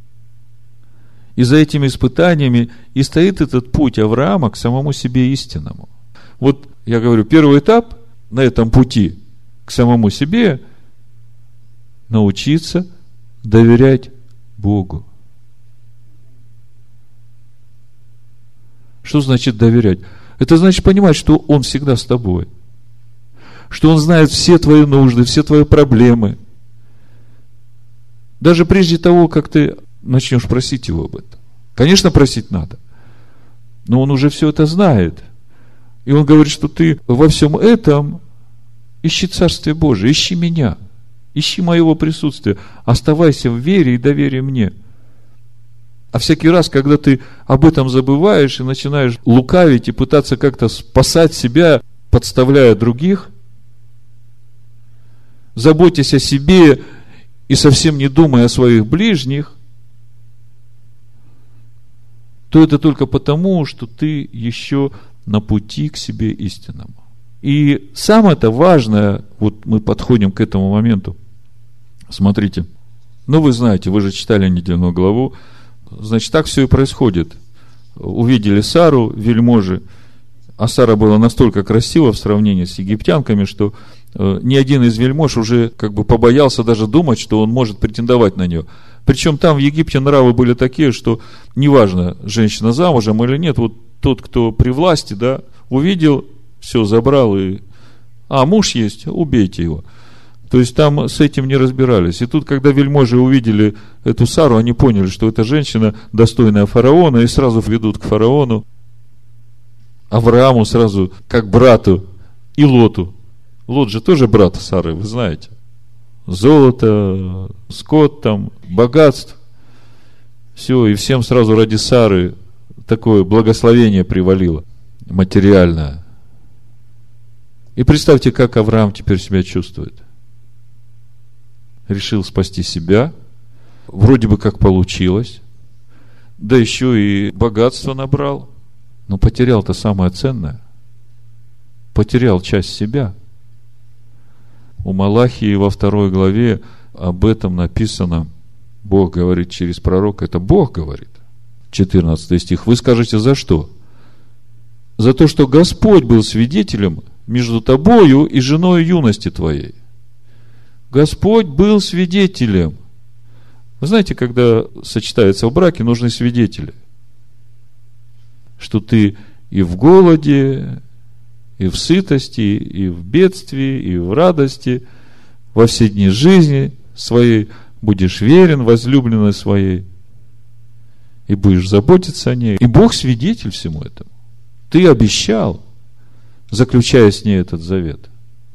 И за этими испытаниями и стоит этот путь Авраама к самому себе истинному. Вот я говорю, первый этап на этом пути к самому себе – научиться доверять Богу. Что значит доверять? Это значит понимать, что Он всегда с тобой. Что Он знает все твои нужды, все твои проблемы. Даже прежде того, как ты начнешь просить Его об этом. Конечно, просить надо. Но Он уже все это знает. И Он говорит, что ты во всем этом ищи Царствие Божие, ищи меня, ищи моего присутствия, оставайся в вере и доверии мне. А всякий раз, когда ты об этом забываешь и начинаешь лукавить и пытаться как-то спасать себя, подставляя других, заботясь о себе и совсем не думая о своих ближних, то это только потому, что ты еще на пути к себе истинному. И самое-то важное, вот мы подходим к этому моменту. Смотрите, ну вы знаете, вы же читали недельную главу, значит, так все и происходит. Увидели Сару, вельможи, а Сара была настолько красива в сравнении с египтянками, что э, ни один из вельмож уже как бы побоялся даже думать, что он может претендовать на нее. Причем там в Египте нравы были такие, что неважно, женщина замужем или нет, вот тот, кто при власти, да, увидел, все, забрал, и а, муж есть, убейте его. То есть там с этим не разбирались. И тут, когда вельможи увидели эту Сару, они поняли, что эта женщина достойная фараона, и сразу ведут к фараону, Аврааму сразу, как брату, и Лоту. Лот же тоже брат Сары, вы знаете. Золото, скот там, богатств. Все, и всем сразу ради Сары такое благословение привалило, материальное. И представьте, как Авраам теперь себя чувствует. Решил спасти себя, вроде бы как получилось, да еще и богатство набрал, но потерял-то самое ценное. Потерял часть себя. У Малахии во второй главе об этом написано, Бог говорит через пророка, это Бог говорит. четырнадцатый стих. Вы скажете, за что? За то, что Господь был свидетелем между тобою и женой юности твоей. Господь был свидетелем. Вы знаете, когда сочетается в браке, нужны свидетели. Что ты и в голоде, и в сытости, и в бедствии, и в радости, во все дни жизни своей будешь верен возлюбленной своей, и будешь заботиться о ней. И Бог свидетель всему этому. Ты обещал, заключая с ней этот завет.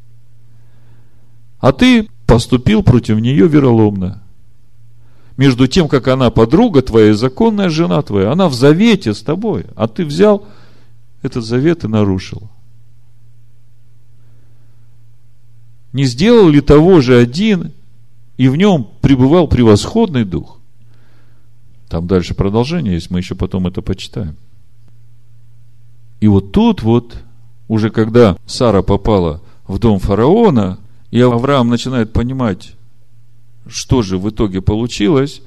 А ты поступил против нее вероломно. Между тем, как она подруга твоя, законная жена твоя, она в завете с тобой, а ты взял этот завет и нарушил. Не сделал ли того же один, и в нем пребывал превосходный дух? Там дальше продолжение есть, мы еще потом это почитаем. И вот тут вот, уже когда Сара попала в дом фараона, и Авраам начинает понимать, что же в итоге получилось,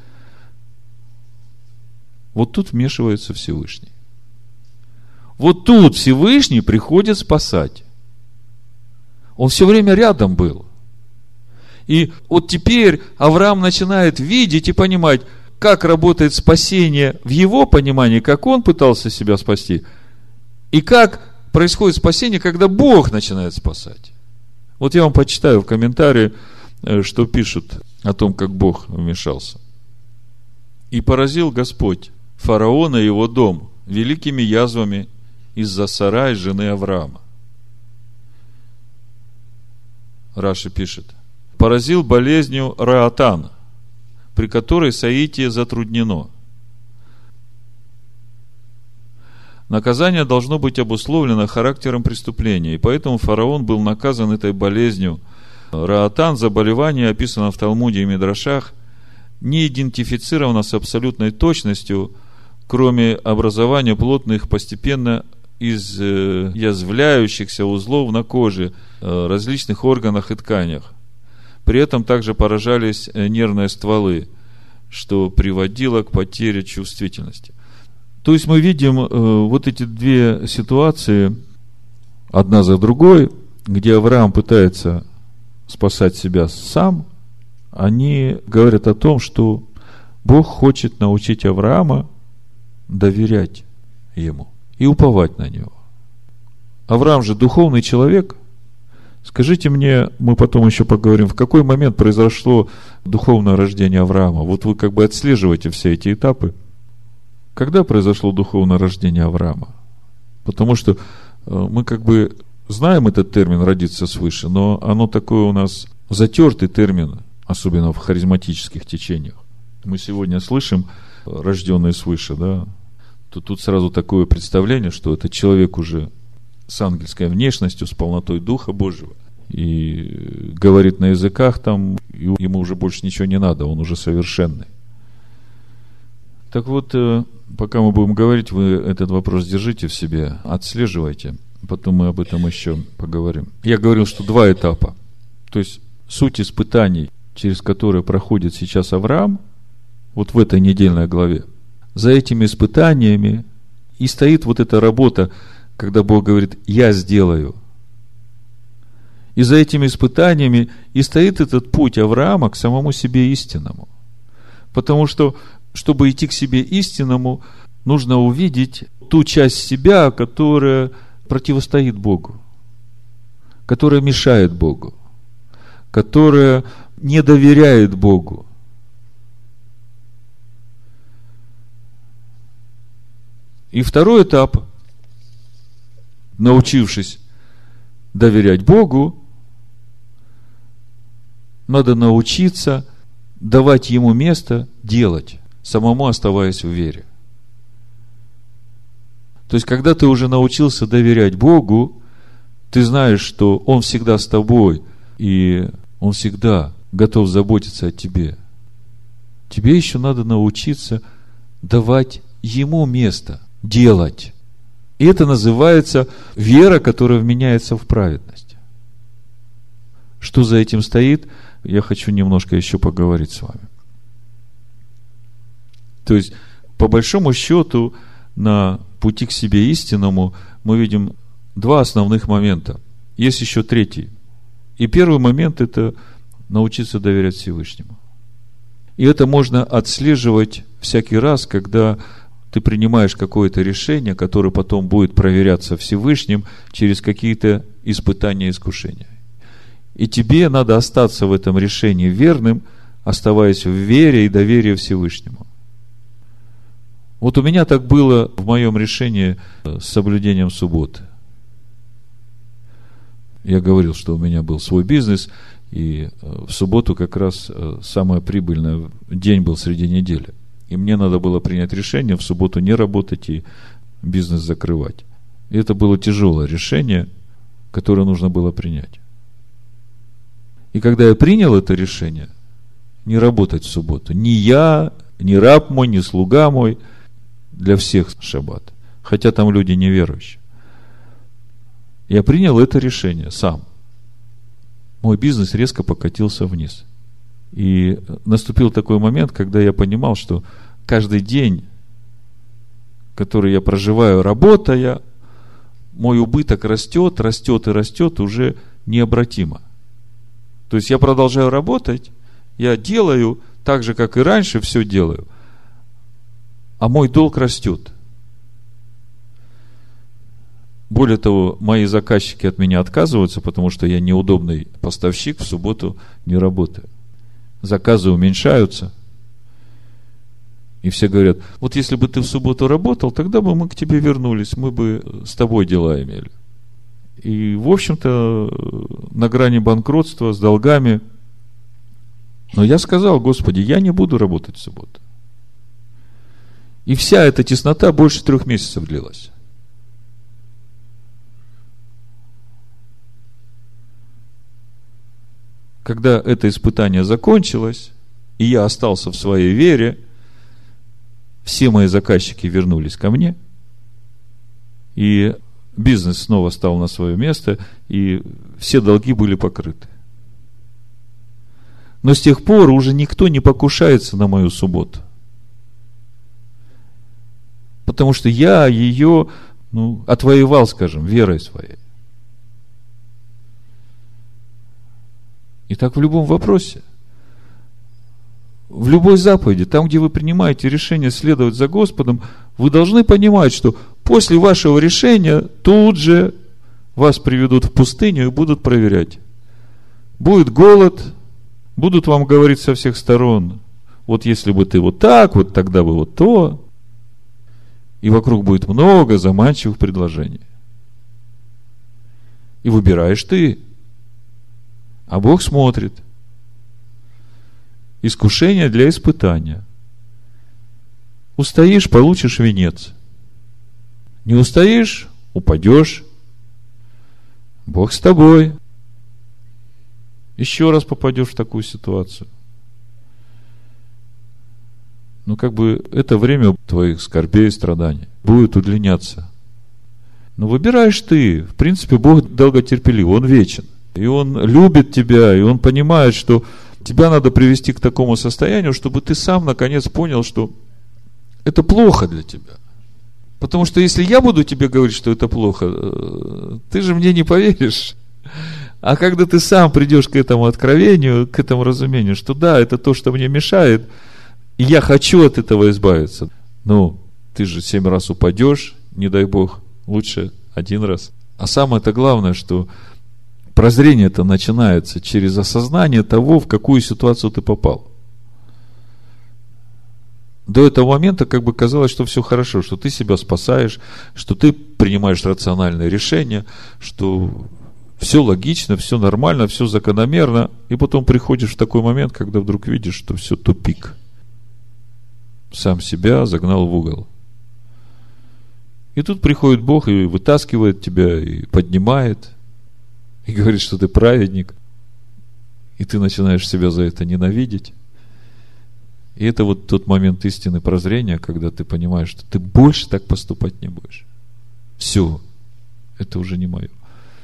вот тут вмешивается Всевышний. Вот тут Всевышний приходит спасать. Он все время рядом был. И вот теперь Авраам начинает видеть и понимать, как работает спасение в его понимании, как он пытался себя спасти, и как происходит спасение, когда Бог начинает спасать. Вот я вам почитаю в комментарии, что пишут о том, как Бог вмешался. «И поразил Господь фараона и его дом великими язвами из-за Сарай, жены Авраама». Раши пишет: «Поразил болезнью Раатан, при которой соитие затруднено». Наказание должно быть обусловлено характером преступления, и поэтому фараон был наказан этой болезнью. Раатан, заболевание, описано в Талмуде и Мидрашах, не идентифицировано с абсолютной точностью, кроме образования плотных, постепенно изъязвляющихся узлов на коже, различных органах и тканях. При этом также поражались нервные стволы, что приводило к потере чувствительности. То есть мы видим э, вот эти две ситуации, одна за другой, где Авраам пытается спасать себя сам, они говорят о том, что Бог хочет научить Авраама доверять ему и уповать на него. Авраам же духовный человек. Скажите мне, мы потом еще поговорим, в какой момент произошло духовное рождение Авраама? Вот вы как бы отслеживаете все эти этапы. Когда произошло духовное рождение Авраама? Потому что мы как бы знаем этот термин «родиться свыше», но оно такое у нас затертый термин, особенно в харизматических течениях. Мы сегодня слышим «рожденный свыше», да, то тут сразу такое представление, что это человек уже с ангельской внешностью, с полнотой Духа Божьего, и говорит на языках там, и ему уже больше ничего не надо, он уже совершенный. Так вот, пока мы будем говорить, вы этот вопрос держите в себе, отслеживайте, потом мы об этом еще поговорим. Я говорил, что два этапа, то есть суть испытаний, через которые проходит сейчас Авраам, вот в этой недельной главе, за этими испытаниями и стоит вот эта работа, когда Бог говорит: «Я сделаю». И за этими испытаниями и стоит этот путь Авраама к самому себе истинному. Потому что, чтобы идти к себе истинному, нужно увидеть ту часть себя, которая противостоит Богу, которая мешает Богу, которая не доверяет Богу. И второй этап, научившись доверять Богу, надо научиться давать Ему место делать, самому оставаясь в вере. То есть, когда ты уже научился доверять Богу, ты знаешь, что Он всегда с тобой, и Он всегда готов заботиться о тебе. Тебе еще надо научиться давать Ему место делать. И это называется вера, которая вменяется в праведность. Что за этим стоит, я хочу немножко еще поговорить с вами. То есть, по большому счету, на пути к себе истинному мы видим два основных момента. Есть еще третий. И первый момент – это научиться доверять Всевышнему. И это можно отслеживать всякий раз, когда ты принимаешь какое-то решение, которое потом будет проверяться Всевышним через какие-то испытания и искушения. И тебе надо остаться в этом решении верным, оставаясь в вере и доверии Всевышнему. Вот у меня так было в моем решении с соблюдением субботы. Я говорил, что у меня был свой бизнес, и в субботу как раз самый прибыльный день был среди недели. И мне надо было принять решение в субботу не работать и бизнес закрывать. И это было тяжелое решение, которое нужно было принять. И когда я принял это решение, не работать в субботу, ни я, ни раб мой, ни слуга мой, для всех шаббат, хотя там люди неверующие, я принял это решение сам. Мой бизнес резко покатился вниз. И наступил такой момент, когда я понимал, что каждый день, который я проживаю, работая, мой убыток растет, растет и растет уже необратимо. То есть я продолжаю работать, я делаю так же, как и раньше, все делаю, а мой долг растет. Более того, мои заказчики от меня отказываются, потому что я неудобный поставщик, в субботу не работаю. Заказы уменьшаются. И все говорят, вот если бы ты в субботу работал, тогда бы мы к тебе вернулись, мы бы с тобой дела имели. И, в общем-то, на грани банкротства, с долгами. Но я сказал, Господи, я не буду работать в субботу. И вся эта теснота больше трех месяцев длилась. Когда это испытание закончилось, и я остался в своей вере, все мои заказчики вернулись ко мне, и бизнес снова стал на свое место, и все долги были покрыты. Но с тех пор уже никто не покушается на мою субботу. Потому что я ее, ну, отвоевал, скажем, верой своей. И так в любом вопросе. В любой заповеди, там, где вы принимаете решение следовать за Господом, вы должны понимать, что после вашего решения тут же вас приведут в пустыню и будут проверять. Будет голод, будут вам говорить со всех сторон, вот если бы ты вот так, вот тогда бы вот то. И вокруг будет много заманчивых предложений. И выбираешь ты. А Бог смотрит. Искушение для испытания. Устоишь, получишь венец. Не устоишь, упадешь. Бог с тобой. Еще раз попадешь в такую ситуацию. Ну, как бы это время твоих скорбей и страданий будет удлиняться. Но выбираешь ты. В принципе, Бог долготерпелив, Он вечен. И Он любит тебя, и Он понимает, что тебя надо привести к такому состоянию, чтобы ты сам наконец понял, что это плохо для тебя. Потому что если я буду тебе говорить, что это плохо, ты же мне не поверишь. А когда ты сам придешь к этому откровению, к этому разумению, что да, это то, что мне мешает, и я хочу от этого избавиться. Ну, ты же семь раз упадешь, не дай Бог, лучше один раз. А самое-то главное, что прозрение-то начинается через осознание того, в какую ситуацию ты попал. До этого момента как бы казалось, что все хорошо, что ты себя спасаешь, что ты принимаешь рациональные решения, что все логично, все нормально, все закономерно. И потом приходишь в такой момент, когда вдруг видишь, что все тупик. Сам себя загнал в угол. И тут приходит Бог и вытаскивает тебя, и поднимает, и говорит, что ты праведник. И ты начинаешь себя за это ненавидеть. И это вот тот момент истины прозрения, когда ты понимаешь, что ты больше так поступать не будешь. Все, это уже не мое.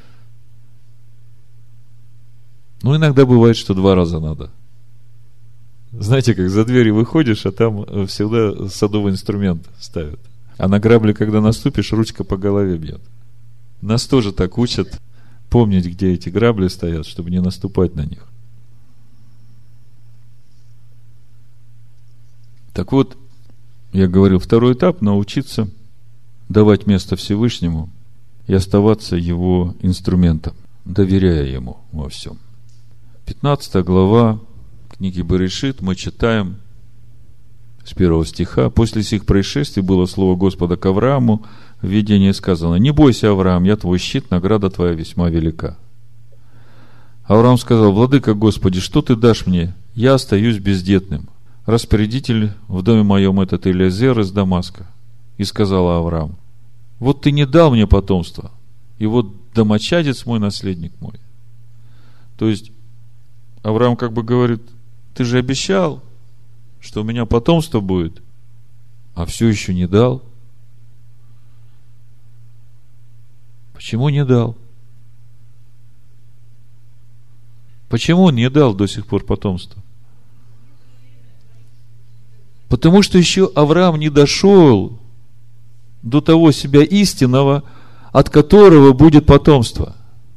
Ну, иногда бывает, что два раза надо. Знаете, как за двери выходишь, а там всегда садовый инструмент ставят. А на грабли, когда наступишь, ручка по голове бьет. Нас тоже так учат помнить, где эти грабли стоят, чтобы не наступать на них. Так вот, я говорил, второй этап – научиться давать место Всевышнему и оставаться Его инструментом, доверяя Ему во всем. пятнадцатая глава книги Берешит мы читаем с первого стиха. «После сих происшествий было слово Господа к Аврааму, в видении сказано: не бойся, Авраам, я твой щит, награда твоя весьма велика. Авраам сказал: владыка Господи, что ты дашь мне? Я остаюсь бездетным. Распорядитель в доме моем этот Элиэзер из Дамаска. И сказал Авраам: вот ты не дал мне потомства, и вот домочадец мой, наследник мой». То есть Авраам как бы говорит: ты же обещал, что у меня потомство будет, а все еще не дал. Почему не дал? Почему он не дал до сих пор потомство? Потому что еще Авраам не дошел до того себя истинного, от которого будет потомство.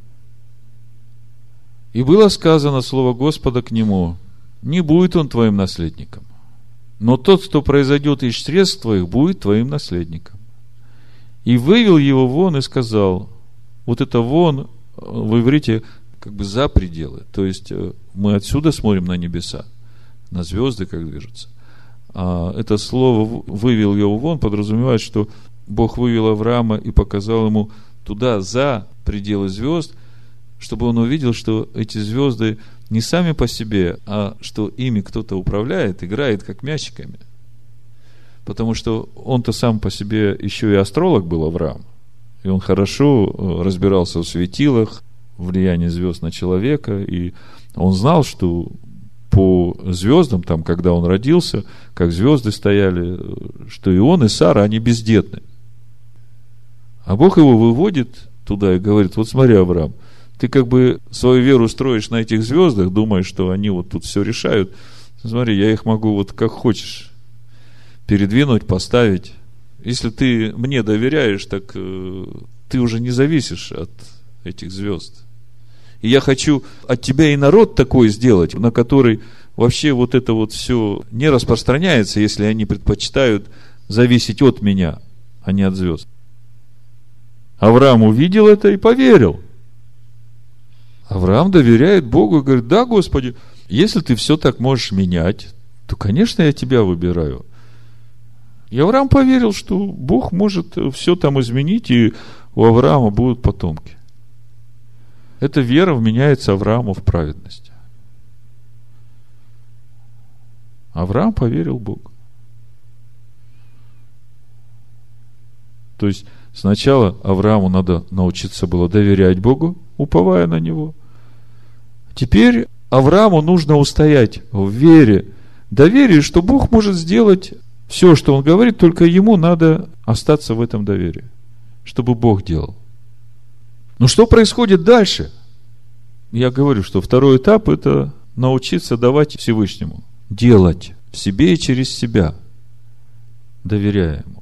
И было сказано слово Господа к нему: не будет он твоим наследником, но тот, кто произойдет из чресл твоих, будет твоим наследником. И вывел его вон и сказал, вот это вон в иврите как бы за пределы. То есть мы отсюда смотрим на небеса, на звезды, как движутся. А это слово «вывел его вон» подразумевает, что Бог вывел Авраама и показал ему туда, за пределы звезд, чтобы он увидел, что эти звезды не сами по себе, а что ими кто-то управляет, играет как мячиками. Потому что он-то сам по себе еще и астролог был, Авраам. И он хорошо разбирался в светилах, влияние звезд на человека. И он знал, что по звездам, там, когда он родился, как звезды стояли, что и он, и Сара, они бездетны. А Бог его выводит туда и говорит: вот смотри, Авраам, ты как бы свою веру строишь на этих звездах, думаешь, что они вот тут все решают. Смотри, я их могу вот как хочешь передвинуть, поставить. Если ты мне доверяешь, так э, ты уже не зависишь от этих звезд. И я хочу от тебя и народ такой сделать, на который вообще вот это вот все не распространяется, если они предпочитают зависеть от меня, а не от звезд. Авраам увидел это и поверил. Авраам доверяет Богу и говорит: да, Господи, если ты все так можешь менять, то, конечно, я тебя выбираю. И Авраам поверил, что Бог может все там изменить, и у Авраама будут потомки. Эта вера вменяется Аврааму в праведность. Авраам поверил Богу. То есть сначала Аврааму надо научиться было доверять Богу, уповая на Него. Теперь Аврааму нужно устоять в вере, доверии, что Бог может сделать все, что он говорит, только ему надо остаться в этом доверии, чтобы Бог делал. Но что происходит дальше? Я говорю, что второй этап – это научиться давать Всевышнему, делать в себе и через себя, доверяя Ему.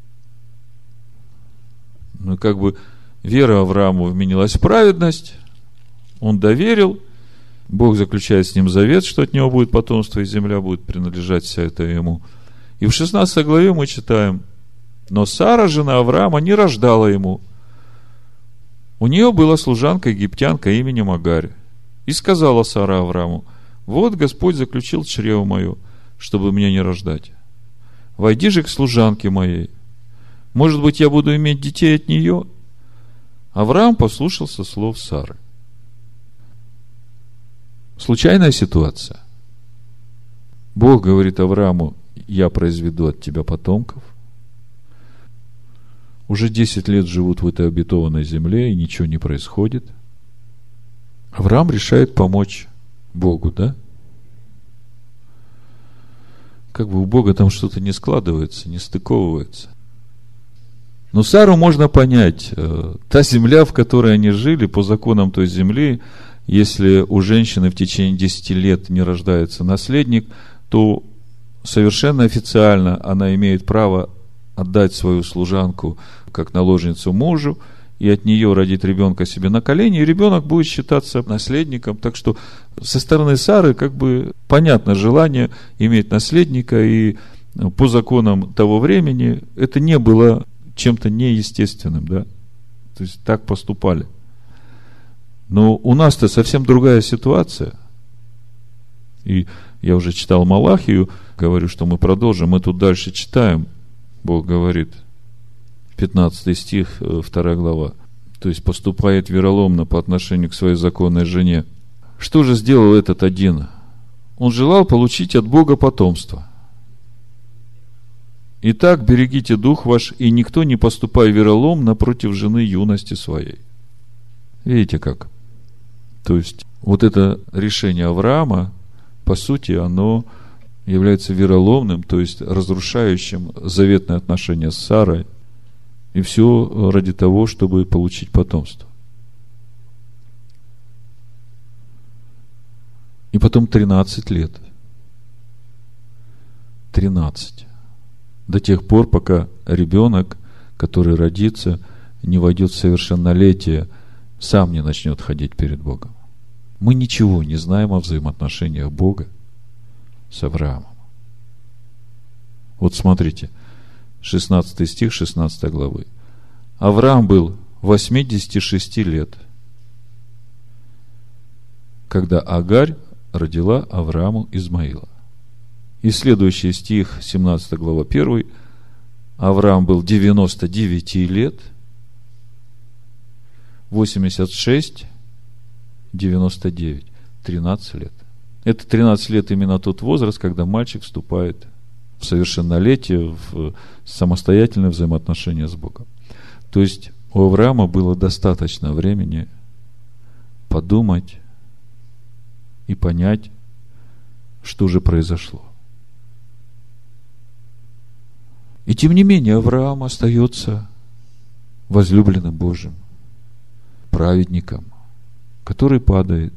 Ну, как бы вера Аврааму вменилась в праведность, он доверил, Бог заключает с ним завет, что от него будет потомство, и земля будет принадлежать вся это ему. И в шестнадцатой главе мы читаем: но Сара, жена Авраама, не рождала ему. У нее была служанка египтянка именем Агарь. И сказала Сара Аврааму: вот Господь заключил чрево мое, чтобы мне не рождать. Войди же к служанке моей. Может быть, я буду иметь детей от нее? Авраам послушался слов Сары. Случайная ситуация. Бог говорит Аврааму: я произведу от тебя потомков. Уже десять лет живут в этой обетованной земле, и ничего не происходит. Авраам решает помочь Богу, да? Как бы у Бога там что-то не складывается, не стыковывается. Но Сару можно понять. Та земля, в которой они жили, по законам той земли, если у женщины в течение десяти лет не рождается наследник, то совершенно официально она имеет право отдать свою служанку как наложницу мужу и от нее родить ребенка себе на колени, и ребенок будет считаться наследником. Так что со стороны Сары как бы понятно желание иметь наследника, и по законам того времени это не было чем-то неестественным, да? То есть так поступали. Но у нас-то совсем другая ситуация. И я уже читал Малахию, говорю, что мы продолжим. Мы тут дальше читаем. Бог говорит, пятнадцатый стих, вторая глава. То есть поступает вероломно по отношению к своей законной жене. Что же сделал этот один? Он желал получить от Бога потомство. Итак, берегите дух ваш, и никто не поступай вероломно против жены юности своей. Видите как? То есть вот это решение Авраама, по сути, оно является вероломным, то есть разрушающим заветные отношения с Сарой. И все ради того, чтобы получить потомство. И потом тринадцать лет. тринадцать. До тех пор, пока ребенок, который родится, не войдет в совершеннолетие, сам не начнет ходить перед Богом. Мы ничего не знаем о взаимоотношениях Бога с Авраамом. Вот смотрите, шестнадцатый стих шестнадцатой главы. Авраам был восемьдесят шесть лет, когда Агарь родила Аврааму Измаила. И следующий стих, семнадцатая глава, первый. Авраам был девяносто девять лет, восемьдесят шесть, девяносто девять, тринадцать лет. Это тринадцать лет именно тот возраст, когда мальчик вступает в совершеннолетие, в самостоятельное взаимоотношение с Богом. То есть у Авраама было достаточно времени подумать и понять, что же произошло. И тем не менее Авраам остается возлюбленным Божьим, праведником, который падает,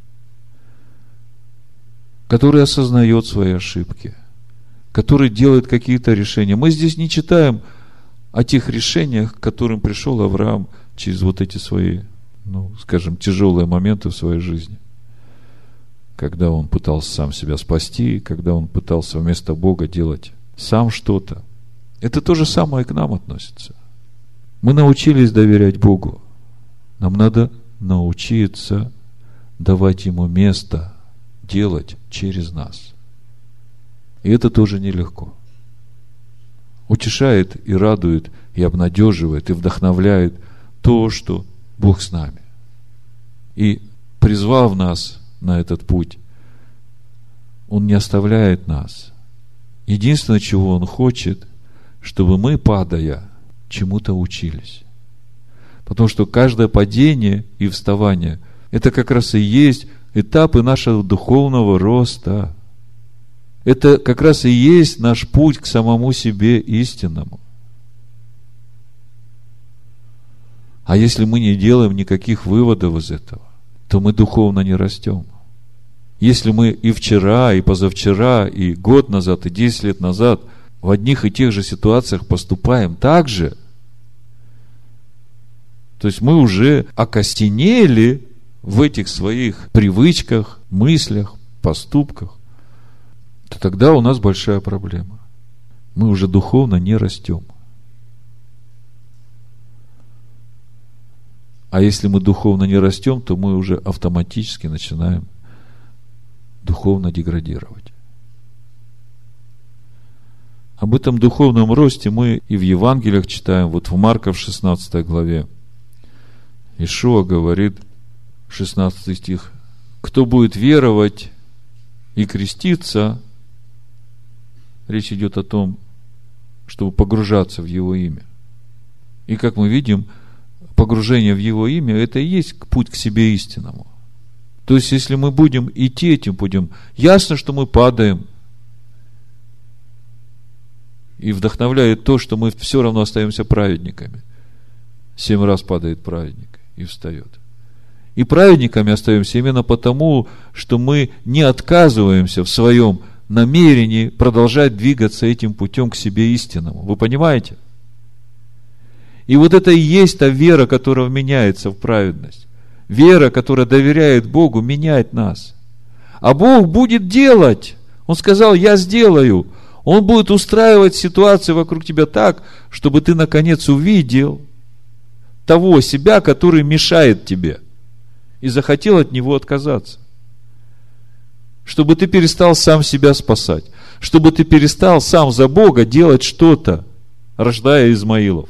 который осознает свои ошибки, который делает какие-то решения. Мы здесь не читаем о тех решениях, к которым пришел Авраам через вот эти свои, ну, скажем, тяжелые моменты в своей жизни. Когда он пытался сам себя спасти, когда он пытался вместо Бога делать сам что-то. Это то же самое и к нам относится. Мы научились доверять Богу. Нам надо научиться давать Ему место делать через нас. И это тоже нелегко. Утешает и радует, и обнадеживает, и вдохновляет то, что Бог с нами. И призвав нас на этот путь, Он не оставляет нас. Единственное, чего Он хочет, чтобы мы, падая, чему-то учились. Потому что каждое падение и вставание – это как раз и есть этапы нашего духовного роста. Это как раз и есть наш путь к самому себе истинному. А если мы не делаем никаких выводов из этого, то мы духовно не растем. Если мы и вчера, и позавчера, и год назад, и десять лет назад в одних и тех же ситуациях поступаем так же, то есть мы уже окостенели в этих своих привычках, мыслях, поступках, то тогда у нас большая проблема. Мы уже духовно не растем. А если мы духовно не растем, то мы уже автоматически начинаем духовно деградировать. Об этом духовном росте мы и в Евангелиях читаем. Вот в Марка в шестнадцатой главе Иешуа говорит, шестнадцатый стих: кто будет веровать и креститься, речь идет о том, чтобы погружаться в Его имя. И как мы видим, погружение в Его имя – это и есть путь к себе истинному. То есть, если мы будем идти этим путем, ясно, что мы падаем. И вдохновляет то, что мы все равно остаемся праведниками. Семь раз падает праведник и встает. И праведниками остаемся именно потому, что мы не отказываемся в своем намерении продолжать двигаться этим путем к себе истинному. Вы понимаете? И вот это и есть та вера, которая меняется в праведность. Вера, которая доверяет Богу, меняет нас. А Бог будет делать. Он сказал: я сделаю. Он будет устраивать ситуации вокруг тебя так, чтобы ты наконец увидел того себя, который мешает тебе, и захотел от него отказаться. Чтобы ты перестал сам себя спасать. Чтобы ты перестал сам за Бога делать что-то, рождая Измаилов.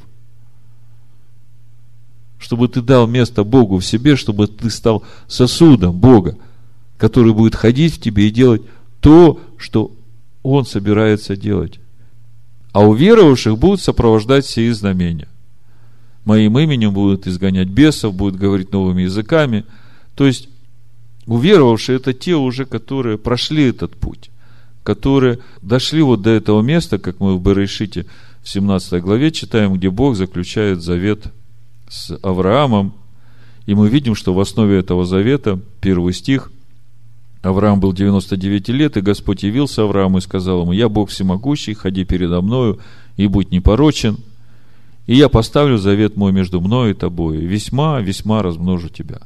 Чтобы ты дал место Богу в себе, чтобы ты стал сосудом Бога, который будет ходить в тебе и делать то, что Он собирается делать. А у верующих будут сопровождать сии знамения. Моим именем будут изгонять бесов, будут говорить новыми языками. То есть, уверовавшие – это те уже, которые прошли этот путь, которые дошли вот до этого места, как мы в Берешите в семнадцатой главе читаем, где Бог заключает завет с Авраамом. И мы видим, что в основе этого завета, первый стих, Авраам был девяносто девять лет, и Господь явился Аврааму и сказал ему: я Бог всемогущий, ходи передо мною и будь непорочен, и я поставлю завет мой между мною и тобою, весьма, весьма размножу тебя.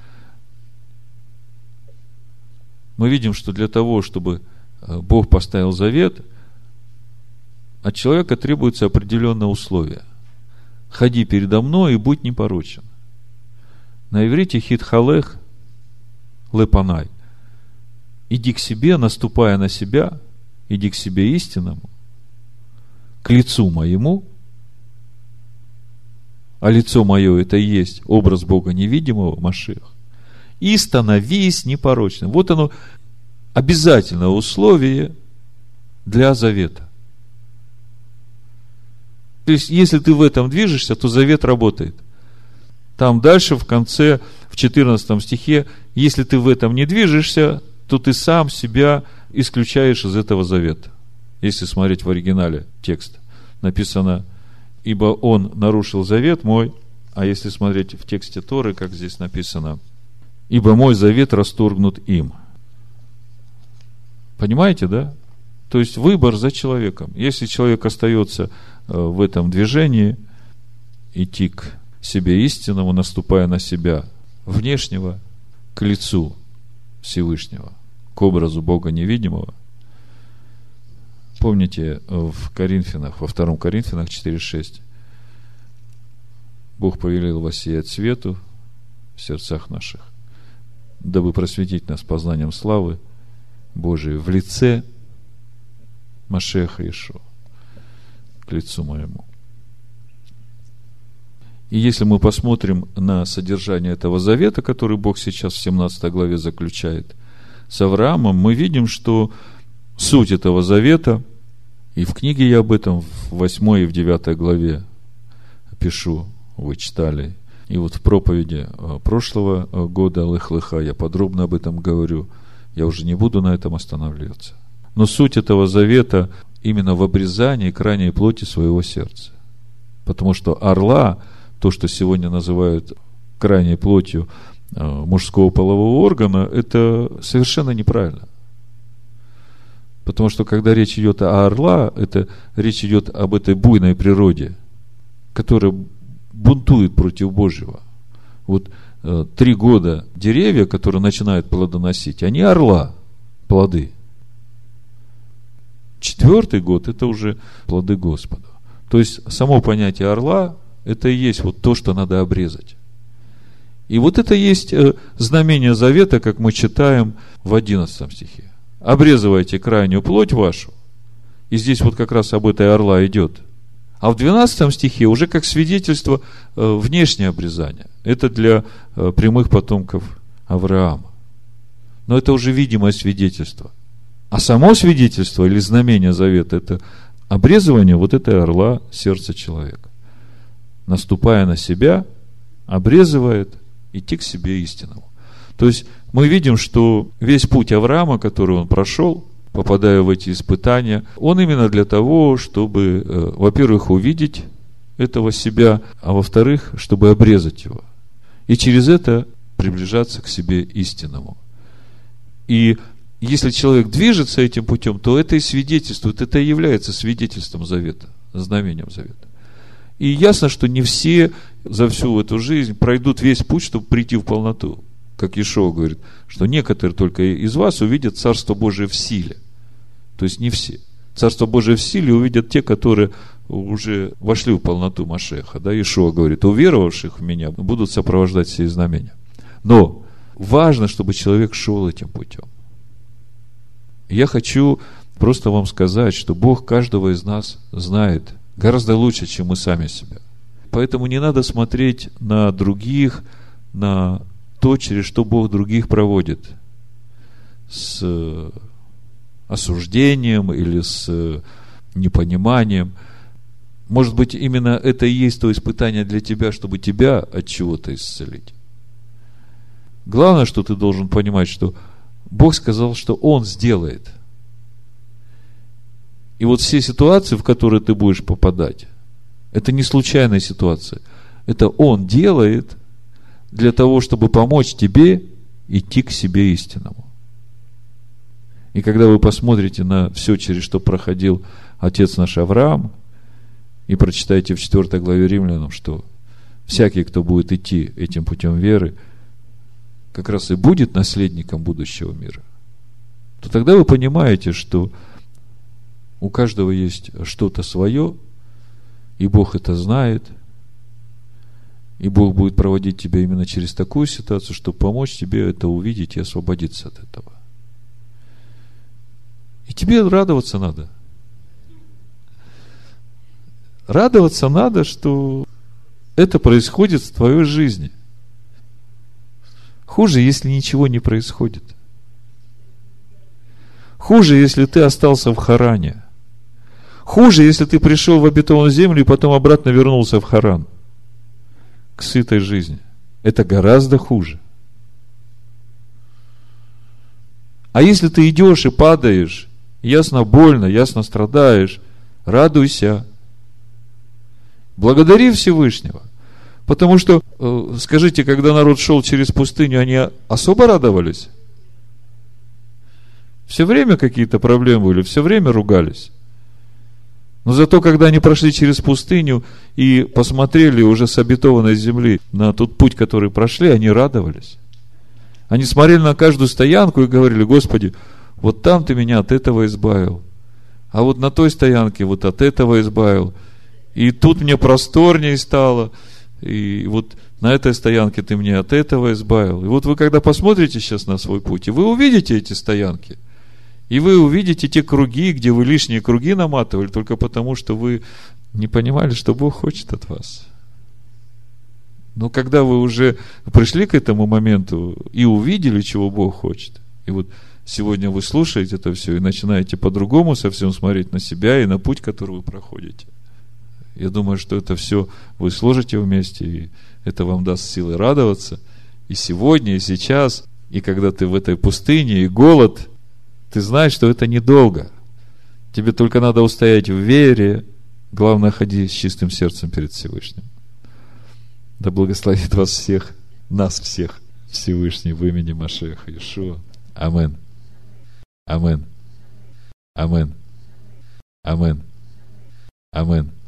Мы видим, что для того, чтобы Бог поставил завет, от человека требуются определенные условия. ходи передо мной и будь непорочен. На иврите хит-халех лепанай. Иди к себе, наступая на себя, иди к себе истинному, к лицу моему, а лицо мое это и есть образ Бога невидимого, Машиах, и становись непорочным. Вот оно, обязательное условие для завета. То есть, если ты в этом движешься, то завет работает. Там дальше, в конце, в четырнадцатом стихе, если ты в этом не движешься, то ты сам себя исключаешь из этого завета. Если смотреть в оригинале текст, написано: ибо он нарушил завет мой, а если смотреть в тексте Торы, как здесь написано: ибо мой завет расторгнут им. Понимаете, да? То есть выбор за человеком. Если человек остается в этом движении, идти к себе истинному, наступая на себя внешнего, к лицу Всевышнего, к образу Бога невидимого. Помните, в Коринфянах, во втором Коринфянах четыре шесть, Бог повелел воссиять свету в сердцах наших, дабы просветить нас познанием славы Божией в лице Машеха Иешуа, к лицу моему. И если мы посмотрим на содержание этого завета, который Бог сейчас в семнадцатой главе заключает с Авраамом, мы видим, что суть этого завета, и в книге я об этом в восьмой и в девятой главе пишу, вы читали, и вот в проповеди прошлого года Лых-Лыха я подробно об этом говорю, я уже не буду на этом останавливаться. Но суть этого завета именно в обрезании крайней плоти своего сердца. Потому что орла, то, что сегодня называют крайней плотью мужского полового органа, это совершенно неправильно. Потому что, когда речь идет о орла, это речь идет об этой буйной природе, которая бунтует против Божьего. Вот э, три года деревья, которые начинают плодоносить, они орла, плоды. Четвертый год – это уже плоды Господа. То есть, само понятие орла – это и есть вот то, что надо обрезать. И вот это есть э, знамение завета, как мы читаем в одиннадцатом стихе. Обрезывайте крайнюю плоть вашу. И здесь вот как раз об этой орла идет. А в двенадцатом стихе уже как свидетельство э, внешнее обрезание. Это для э, прямых потомков Авраама. Но это уже видимое свидетельство. А само свидетельство или знамение завета – это обрезывание вот этой орла сердца человека. Наступая на себя, обрезывает идти к себе истинному. То есть мы видим, что весь путь Авраама, который он прошел, попадая в эти испытания, он именно для того, чтобы, э, во-первых, увидеть этого себя, а во-вторых, чтобы обрезать его. И через это приближаться к себе истинному. И если человек движется этим путем, то это и свидетельствует, это и является свидетельством завета, знамением завета. И ясно, что не все за всю эту жизнь пройдут весь путь, чтобы прийти в полноту. Как Иешуа говорит, что некоторые только из вас увидят Царство Божие в силе. То есть не все. Царство Божие в силе увидят те, которые уже вошли в полноту Машеха. Да, Иешуа говорит, уверовавших в меня будут сопровождать все знамения. Но важно, чтобы человек шел этим путем. Я хочу просто вам сказать, что Бог каждого из нас знает гораздо лучше, чем мы сами себя. Поэтому не надо смотреть на других, на то, через что Бог других проводит, с осуждением или с непониманием. Может быть, именно это и есть то испытание для тебя, чтобы тебя от чего-то исцелить. Главное, что ты должен понимать, что Бог сказал, что Он сделает. И вот все ситуации, в которые ты будешь попадать, это не случайная ситуация. Это Он делает для того, чтобы помочь тебе идти к себе истинному. И когда вы посмотрите на все, через что проходил отец наш Авраам, и прочитаете в четвёртой главе Римлянам, что всякий, кто будет идти этим путем веры, как раз и будет наследником будущего мира, то тогда вы понимаете, что у каждого есть что-то свое, и Бог это знает, И Бог будет проводить тебя именно через такую ситуацию, чтобы помочь тебе это увидеть и освободиться от этого. И тебе радоваться надо. Радоваться надо, что это происходит в твоей жизни. Хуже, если ничего не происходит. Хуже, если ты остался в Харане. Хуже, если ты пришел в обетованную землю и потом обратно вернулся в Харан. К сытой жизни. Это гораздо хуже. А если ты идешь и падаешь, ясно больно, ясно страдаешь, радуйся. Благодари Всевышнего. Потому что, скажите, когда народ шел через пустыню, они особо радовались? Все время какие-то проблемы были, все время ругались. Но зато, когда они прошли через пустыню и посмотрели уже с обетованной земли на тот путь, который прошли, они радовались. Они смотрели на каждую стоянку и говорили: Господи, вот там Ты меня от этого избавил, а вот на той стоянке вот от этого избавил, и тут мне просторнее стало, и вот на этой стоянке Ты меня от этого избавил. И вот вы, когда посмотрите сейчас на свой путь, и вы увидите эти стоянки, и вы увидите те круги, где вы лишние круги наматывали, только потому, что вы не понимали, что Бог хочет от вас. Но когда вы уже пришли к этому моменту и увидели, чего Бог хочет, и вот сегодня вы слушаете это все и начинаете по-другому совсем смотреть на себя и на путь, который вы проходите. Я думаю, что это все вы сложите вместе, и это вам даст силы радоваться. И сегодня, и сейчас, и когда ты в этой пустыне, и голод, ты знаешь, что это недолго. Тебе только надо устоять в вере. Главное, ходи с чистым сердцем перед Всевышним. Да благословит вас всех, нас всех, Всевышний в имени Машеха Иешуа. Амен. Амен. Амен. Амен. Амен.